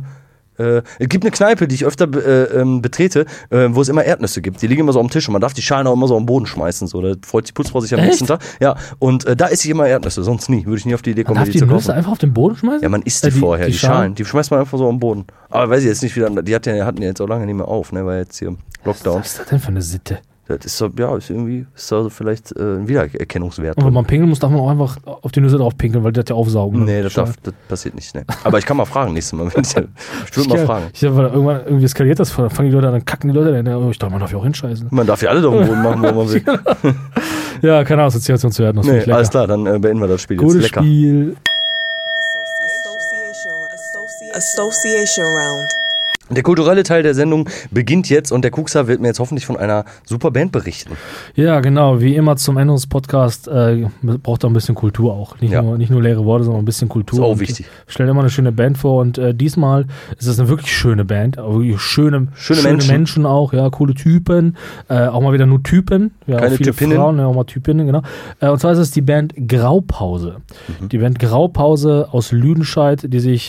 es gibt eine Kneipe, die ich öfter betrete, wo es immer Erdnüsse gibt. Die liegen immer so am Tisch und man darf die Schalen auch immer so am Boden schmeißen. So. Da freut die Putzfrau sich am Echt? nächsten Tag. Ja, und da esse ich immer Erdnüsse, sonst nie. Würde ich nie auf die Idee kommen, Darf die zu Nüsse kaufen. einfach auf den Boden schmeißen? Ja, man isst die vorher, die Schalen? Schalen. Die schmeißt man einfach so am Boden. Aber weiß ich jetzt nicht, die hatten ja jetzt auch lange nicht mehr auf, ne, weil jetzt hier Lockdown. Was ist das denn für eine Sitte? Das ist so, ja, ist da vielleicht ein Wiedererkennungswert Und wenn drin. man pinkeln muss, darf man auch einfach auf die Nüsse drauf pinkeln, weil die das ja aufsaugen. Nee, das passiert nicht. Ne. Aber ich kann mal fragen nächstes Mal. Ich würde mal fragen. Ich hab, weil irgendwann irgendwie eskaliert das, dann fangen die Leute an, dann kacken die Leute dann. Oh, ich dachte, man darf ja auch hinscheißen. Man darf ja alle da am Boden machen, wo man will. Ja, keine Assoziation zu Erdnuss. Nee, alles klar, dann beenden wir das Spiel Gutes jetzt. Lecker. Spiel. Association Round. Der kulturelle Teil der Sendung beginnt jetzt und der Kuxer wird mir jetzt hoffentlich von einer super Band berichten. Ja, genau. Wie immer zum Ende des Podcasts braucht er ein bisschen Kultur auch. Nicht nur leere Worte, sondern ein bisschen Kultur. Ist auch Und wichtig. Stell dir mal eine schöne Band vor und diesmal ist es eine wirklich schöne Band. Aber wirklich schöne Menschen auch, ja, coole Typen. Auch mal wieder nur Typen. Ja, Keine auch viele Typinnen. Frauen, ja, auch mal Typinnen, genau. Und zwar ist es die Band Graupause. Die Band Graupause aus Lüdenscheid, die sich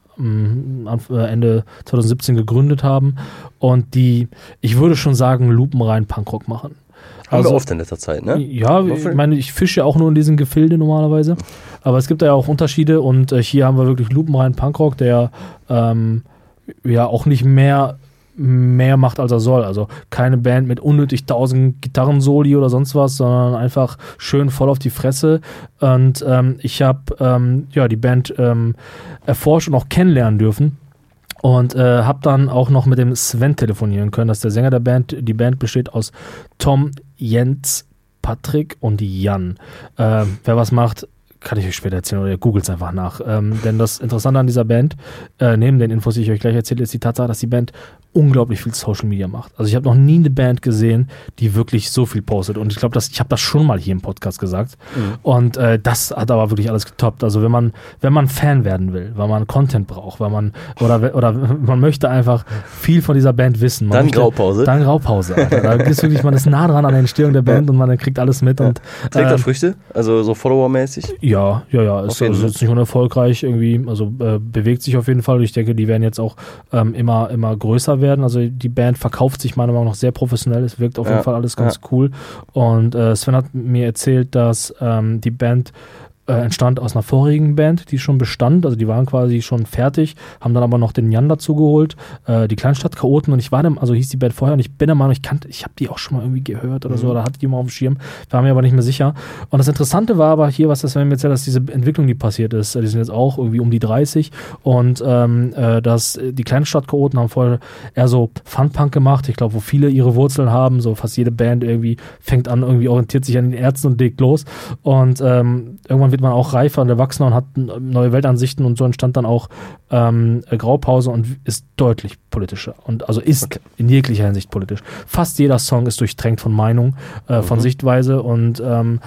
Ende 2017 gegründet haben und die, ich würde schon sagen, lupenrein Punkrock machen. Haben wir oft in letzter Zeit, ne? Ja, ich meine, ich fische ja auch nur in diesen Gefilde normalerweise. Aber es gibt da ja auch Unterschiede und hier haben wir wirklich lupenreinen Punkrock, der ja auch nicht mehr macht, als er soll. Also keine Band mit unnötig 1000 Gitarrensoli oder sonst was, sondern einfach schön voll auf die Fresse. Und ich habe die Band erforscht und auch kennenlernen dürfen. Und habe dann auch noch mit dem Sven telefonieren können. Das ist der Sänger der Band. Die Band besteht aus Tom, Jens, Patrick und Jan. Wer was macht, kann ich euch später erzählen oder ihr googelt es einfach nach. Denn das Interessante an dieser Band, neben den Infos, die ich euch gleich erzähle, ist die Tatsache, dass die Band unglaublich viel Social Media macht. Also ich habe noch nie eine Band gesehen, die wirklich so viel postet. Und ich glaube, ich habe das schon mal hier im Podcast gesagt. Und das hat aber wirklich alles getoppt. Also wenn man Fan werden will, weil man Content braucht, weil man oder man möchte einfach viel von dieser Band wissen. Graupause. Dann Graupause. Alter. Da ist wirklich, man ist nah dran an der Entstehung der Band und man kriegt alles mit. Und, trägt das Früchte? Also so Follower-mäßig? Ja. Ist jetzt nicht unerfolgreich irgendwie. Also bewegt sich auf jeden Fall. Ich denke, die werden jetzt auch immer größer werden. Also die Band verkauft sich meiner Meinung nach sehr professionell. Es wirkt auf jeden Fall alles ganz cool. Und Sven hat mir erzählt, dass die Band entstand aus einer vorigen Band, die schon bestand, also die waren quasi schon fertig, haben dann aber noch den Jan dazu geholt, die Kleinstadt-Chaoten, und also hieß die Band vorher, und ich bin der Meinung, ich habe die auch schon mal irgendwie gehört oder so, oder hatte die mal auf dem Schirm, war mir aber nicht mehr sicher. Und das Interessante war aber hier, was das mir erzählt, dass diese Entwicklung, die passiert ist, die sind jetzt auch irgendwie um die 30 und dass die Kleinstadt-Chaoten haben vorher eher so Fun-Punk gemacht, ich glaube, wo viele ihre Wurzeln haben, so fast jede Band irgendwie fängt an, irgendwie orientiert sich an den Ärzten und legt los, und irgendwann wird man auch reifer und erwachsener und hat neue Weltansichten, und so entstand dann auch Graupause und ist deutlich politischer und also ist in jeglicher Hinsicht politisch. Fast jeder Song ist durchtränkt von Meinung, von Sichtweise, und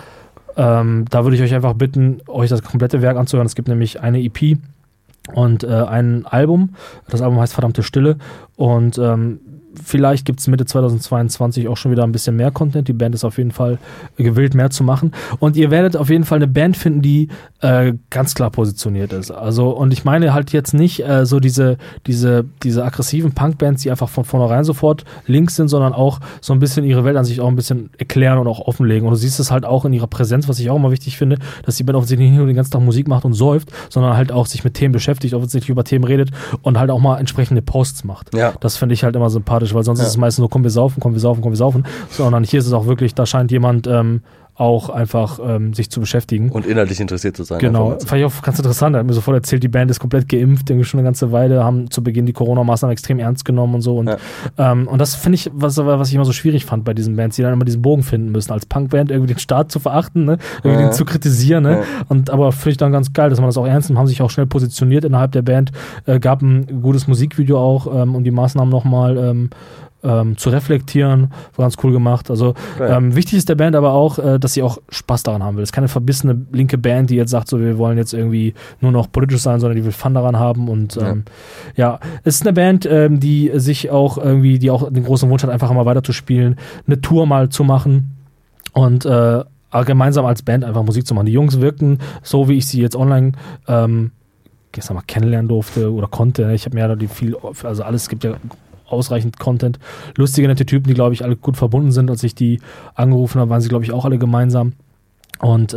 da würde ich euch einfach bitten, euch das komplette Werk anzuhören. Es gibt nämlich eine EP und ein Album. Das Album heißt Verdammte Stille, und vielleicht gibt es Mitte 2022 auch schon wieder ein bisschen mehr Content. Die Band ist auf jeden Fall gewillt, mehr zu machen. Und ihr werdet auf jeden Fall eine Band finden, die ganz klar positioniert ist. Also, und ich meine halt jetzt nicht so diese aggressiven Punkbands, die einfach von vornherein sofort links sind, sondern auch so ein bisschen ihre Weltansicht auch ein bisschen erklären und auch offenlegen. Und du siehst es halt auch in ihrer Präsenz, was ich auch immer wichtig finde, dass die Band offensichtlich nicht nur den ganzen Tag Musik macht und säuft, sondern halt auch sich mit Themen beschäftigt, offensichtlich über Themen redet und halt auch mal entsprechende Posts macht. Ja. Das finde ich halt immer sympathisch, weil sonst ist es meistens nur, komm wir saufen, sondern hier ist es auch wirklich, da scheint jemand auch einfach sich zu beschäftigen. Und inhaltlich interessiert zu sein. Genau, fand ich auch ganz interessant, er hat mir sofort erzählt, die Band ist komplett geimpft, irgendwie schon eine ganze Weile, haben zu Beginn die Corona-Maßnahmen extrem ernst genommen und so, und das finde ich, was ich immer so schwierig fand bei diesen Bands, die dann immer diesen Bogen finden müssen, als Punkband irgendwie den Staat zu verachten, ne? Irgendwie den zu kritisieren, ne? Aber finde ich dann ganz geil, dass man das auch ernst nimmt, haben sich auch schnell positioniert innerhalb der Band, gab ein gutes Musikvideo auch, um die Maßnahmen nochmal zu reflektieren, war ganz cool gemacht. Also wichtig ist der Band aber auch, dass sie auch Spaß daran haben will. Es ist keine verbissene linke Band, die jetzt sagt, so wir wollen jetzt irgendwie nur noch politisch sein, sondern die will Fun daran haben, und es ist eine Band, die sich auch irgendwie, die auch den großen Wunsch hat, einfach mal weiter zu spielen, eine Tour mal zu machen und gemeinsam als Band einfach Musik zu machen. Die Jungs wirken so, wie ich sie jetzt online gestern mal kennenlernen durfte oder konnte. Ich habe mir ja also alles, es gibt ja ausreichend Content. Lustige, nette Typen, die, glaube ich, alle gut verbunden sind. Als ich die angerufen habe, waren sie, glaube ich, auch alle gemeinsam. Und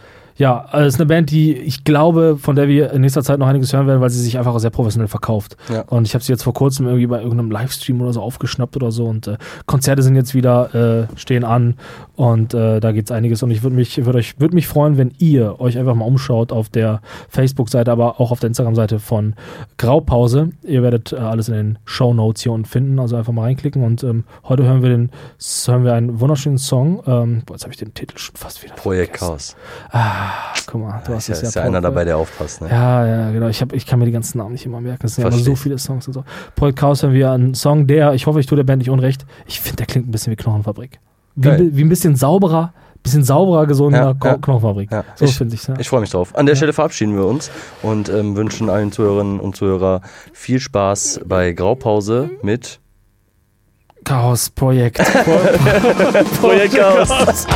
es ist eine Band, die ich glaube, von der wir in nächster Zeit noch einiges hören werden, weil sie sich einfach sehr professionell verkauft. Ja. Und ich habe sie jetzt vor kurzem irgendwie bei irgendeinem Livestream oder so aufgeschnappt oder so, und Konzerte sind jetzt wieder, stehen an, und da geht's einiges, und ich würde mich freuen, wenn ihr euch einfach mal umschaut auf der Facebook-Seite, aber auch auf der Instagram-Seite von Graupause. Ihr werdet alles in den Shownotes hier unten finden, also einfach mal reinklicken, und heute hören wir einen wunderschönen Song. Jetzt habe ich den Titel schon fast wieder Projekt Chaos. Guck mal, du hast es ist ja einer dabei, der aufpasst. Ne? Ja, genau. Ich kann mir die ganzen Namen nicht immer merken. Es sind ja immer so viele Songs und so. Projekt Chaos haben wir einen Song, ich hoffe, ich tue der Band nicht unrecht. Ich finde, der klingt ein bisschen wie Knochenfabrik. Wie ein bisschen sauberer gesungener Knochenfabrik. Ja. So finde ich es. Ja. Ich freue mich drauf. An der Stelle verabschieden wir uns und wünschen allen Zuhörerinnen und Zuhörern viel Spaß bei Graupause mit Chaos Projekt. Projekt Chaos.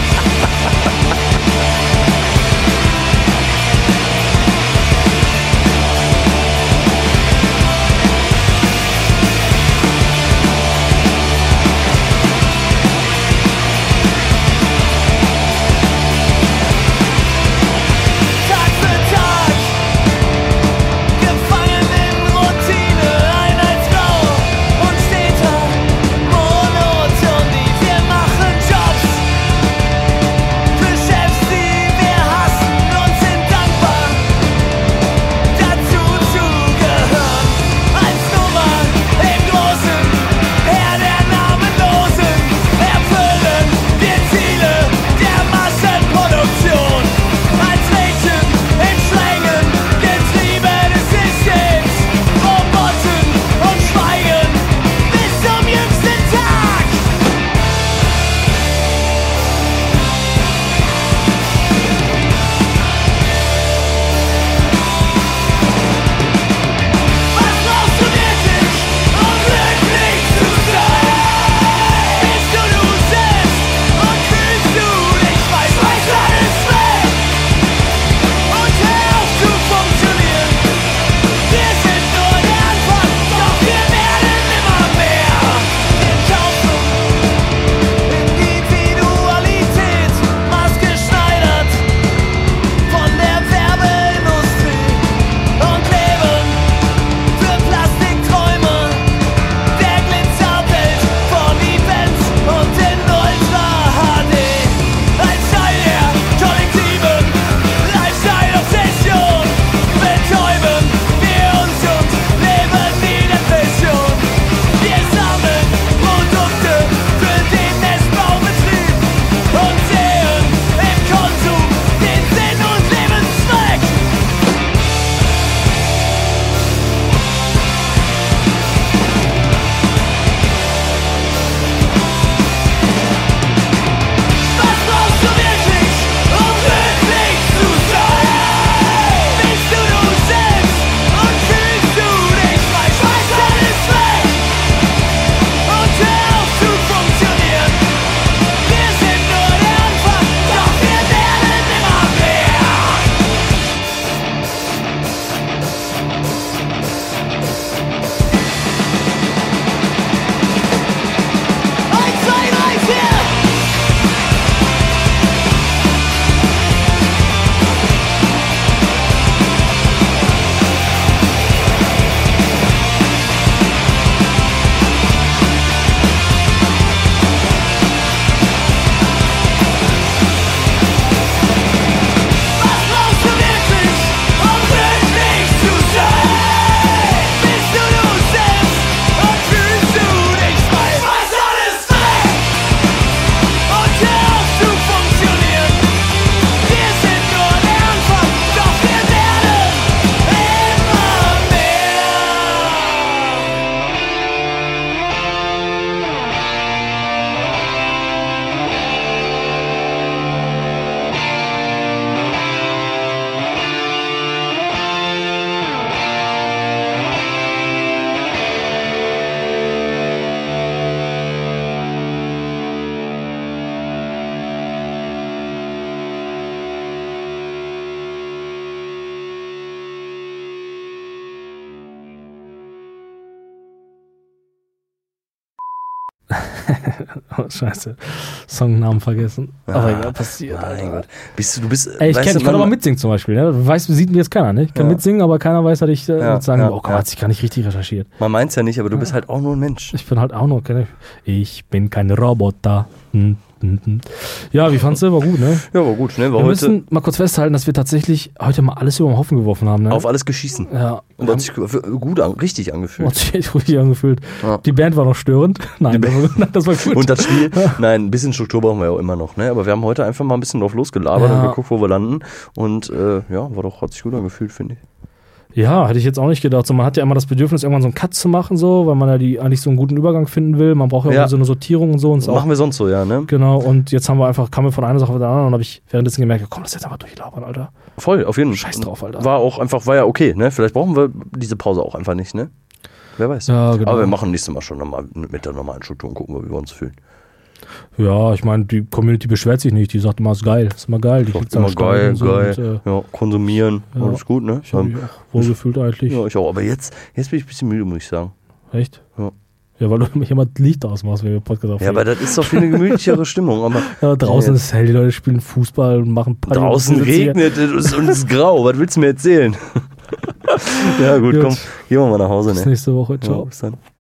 Oh, scheiße. Songnamen vergessen. Aber egal, passiert. Mein Gott. Du bist, Ey, ich weißt kann du, aber mitsingen zum Beispiel. Ne? Du weißt, sieht mir jetzt keiner, ne? Ich kann mitsingen, aber keiner weiß, dass ich sagen, oh Gott, hat sich gar nicht richtig recherchiert. Man meint's ja nicht, aber du bist halt auch nur ein Mensch. Ich bin halt auch nur, ich bin kein Roboter. Ja, wie fandst du? War gut, ne? Ja, war gut, ne? Wir müssen mal kurz festhalten, dass wir tatsächlich heute mal alles über den Haufen geworfen haben, ne? Auf alles geschießen. Ja. Und hat sich richtig angefühlt. Hat sich echt richtig angefühlt. Ja. Die Band war noch störend. Nein, das war gut. Und das Spiel, nein, ein bisschen Struktur brauchen wir ja auch immer noch, ne? Aber wir haben heute einfach mal ein bisschen drauf losgelabert und geguckt, wo wir landen. Und hat sich gut angefühlt, finde ich. Ja, hätte ich jetzt auch nicht gedacht. So, man hat ja immer das Bedürfnis, irgendwann so einen Cut zu machen, so, weil man ja eigentlich so einen guten Übergang finden will. Man braucht ja auch so eine Sortierung und so. Und machen wir sonst so, ja, ne? Genau, und jetzt kamen wir von einer Sache auf der anderen und habe ich währenddessen gemerkt, komm, das jetzt einfach durchlabern, Alter. Voll, auf jeden Fall. Scheiß drauf, Alter. War ja okay, ne? Vielleicht brauchen wir diese Pause auch einfach nicht, ne? Wer weiß. Ja, genau. Aber wir machen nächstes Mal schon nochmal mit der normalen Struktur und gucken, wie wir uns fühlen. Ja, ich meine, die Community beschwert sich nicht. Die sagt immer, ist geil, ist immer geil. Die sagt immer geil, so geil. Und, konsumieren, alles gut, ne? Ich habe mich auch wohlgefühlt eigentlich. Ja, ich auch. Aber jetzt bin ich ein bisschen müde, muss ich sagen. Echt? Ja. Ja, weil du mich immer Licht ausmachst, wenn wir Podcast aufnehmen. Ja, aber das ist doch viel eine gemütlichere Stimmung. Aber ja, draußen ist es hell, die Leute spielen Fußball und machen Party. Draußen regnet es und es ist grau. Was willst du mir erzählen? Ja, gut, komm. Gehen wir mal nach Hause, ne? Bis nächste Woche. Ciao. Ja, bis dann.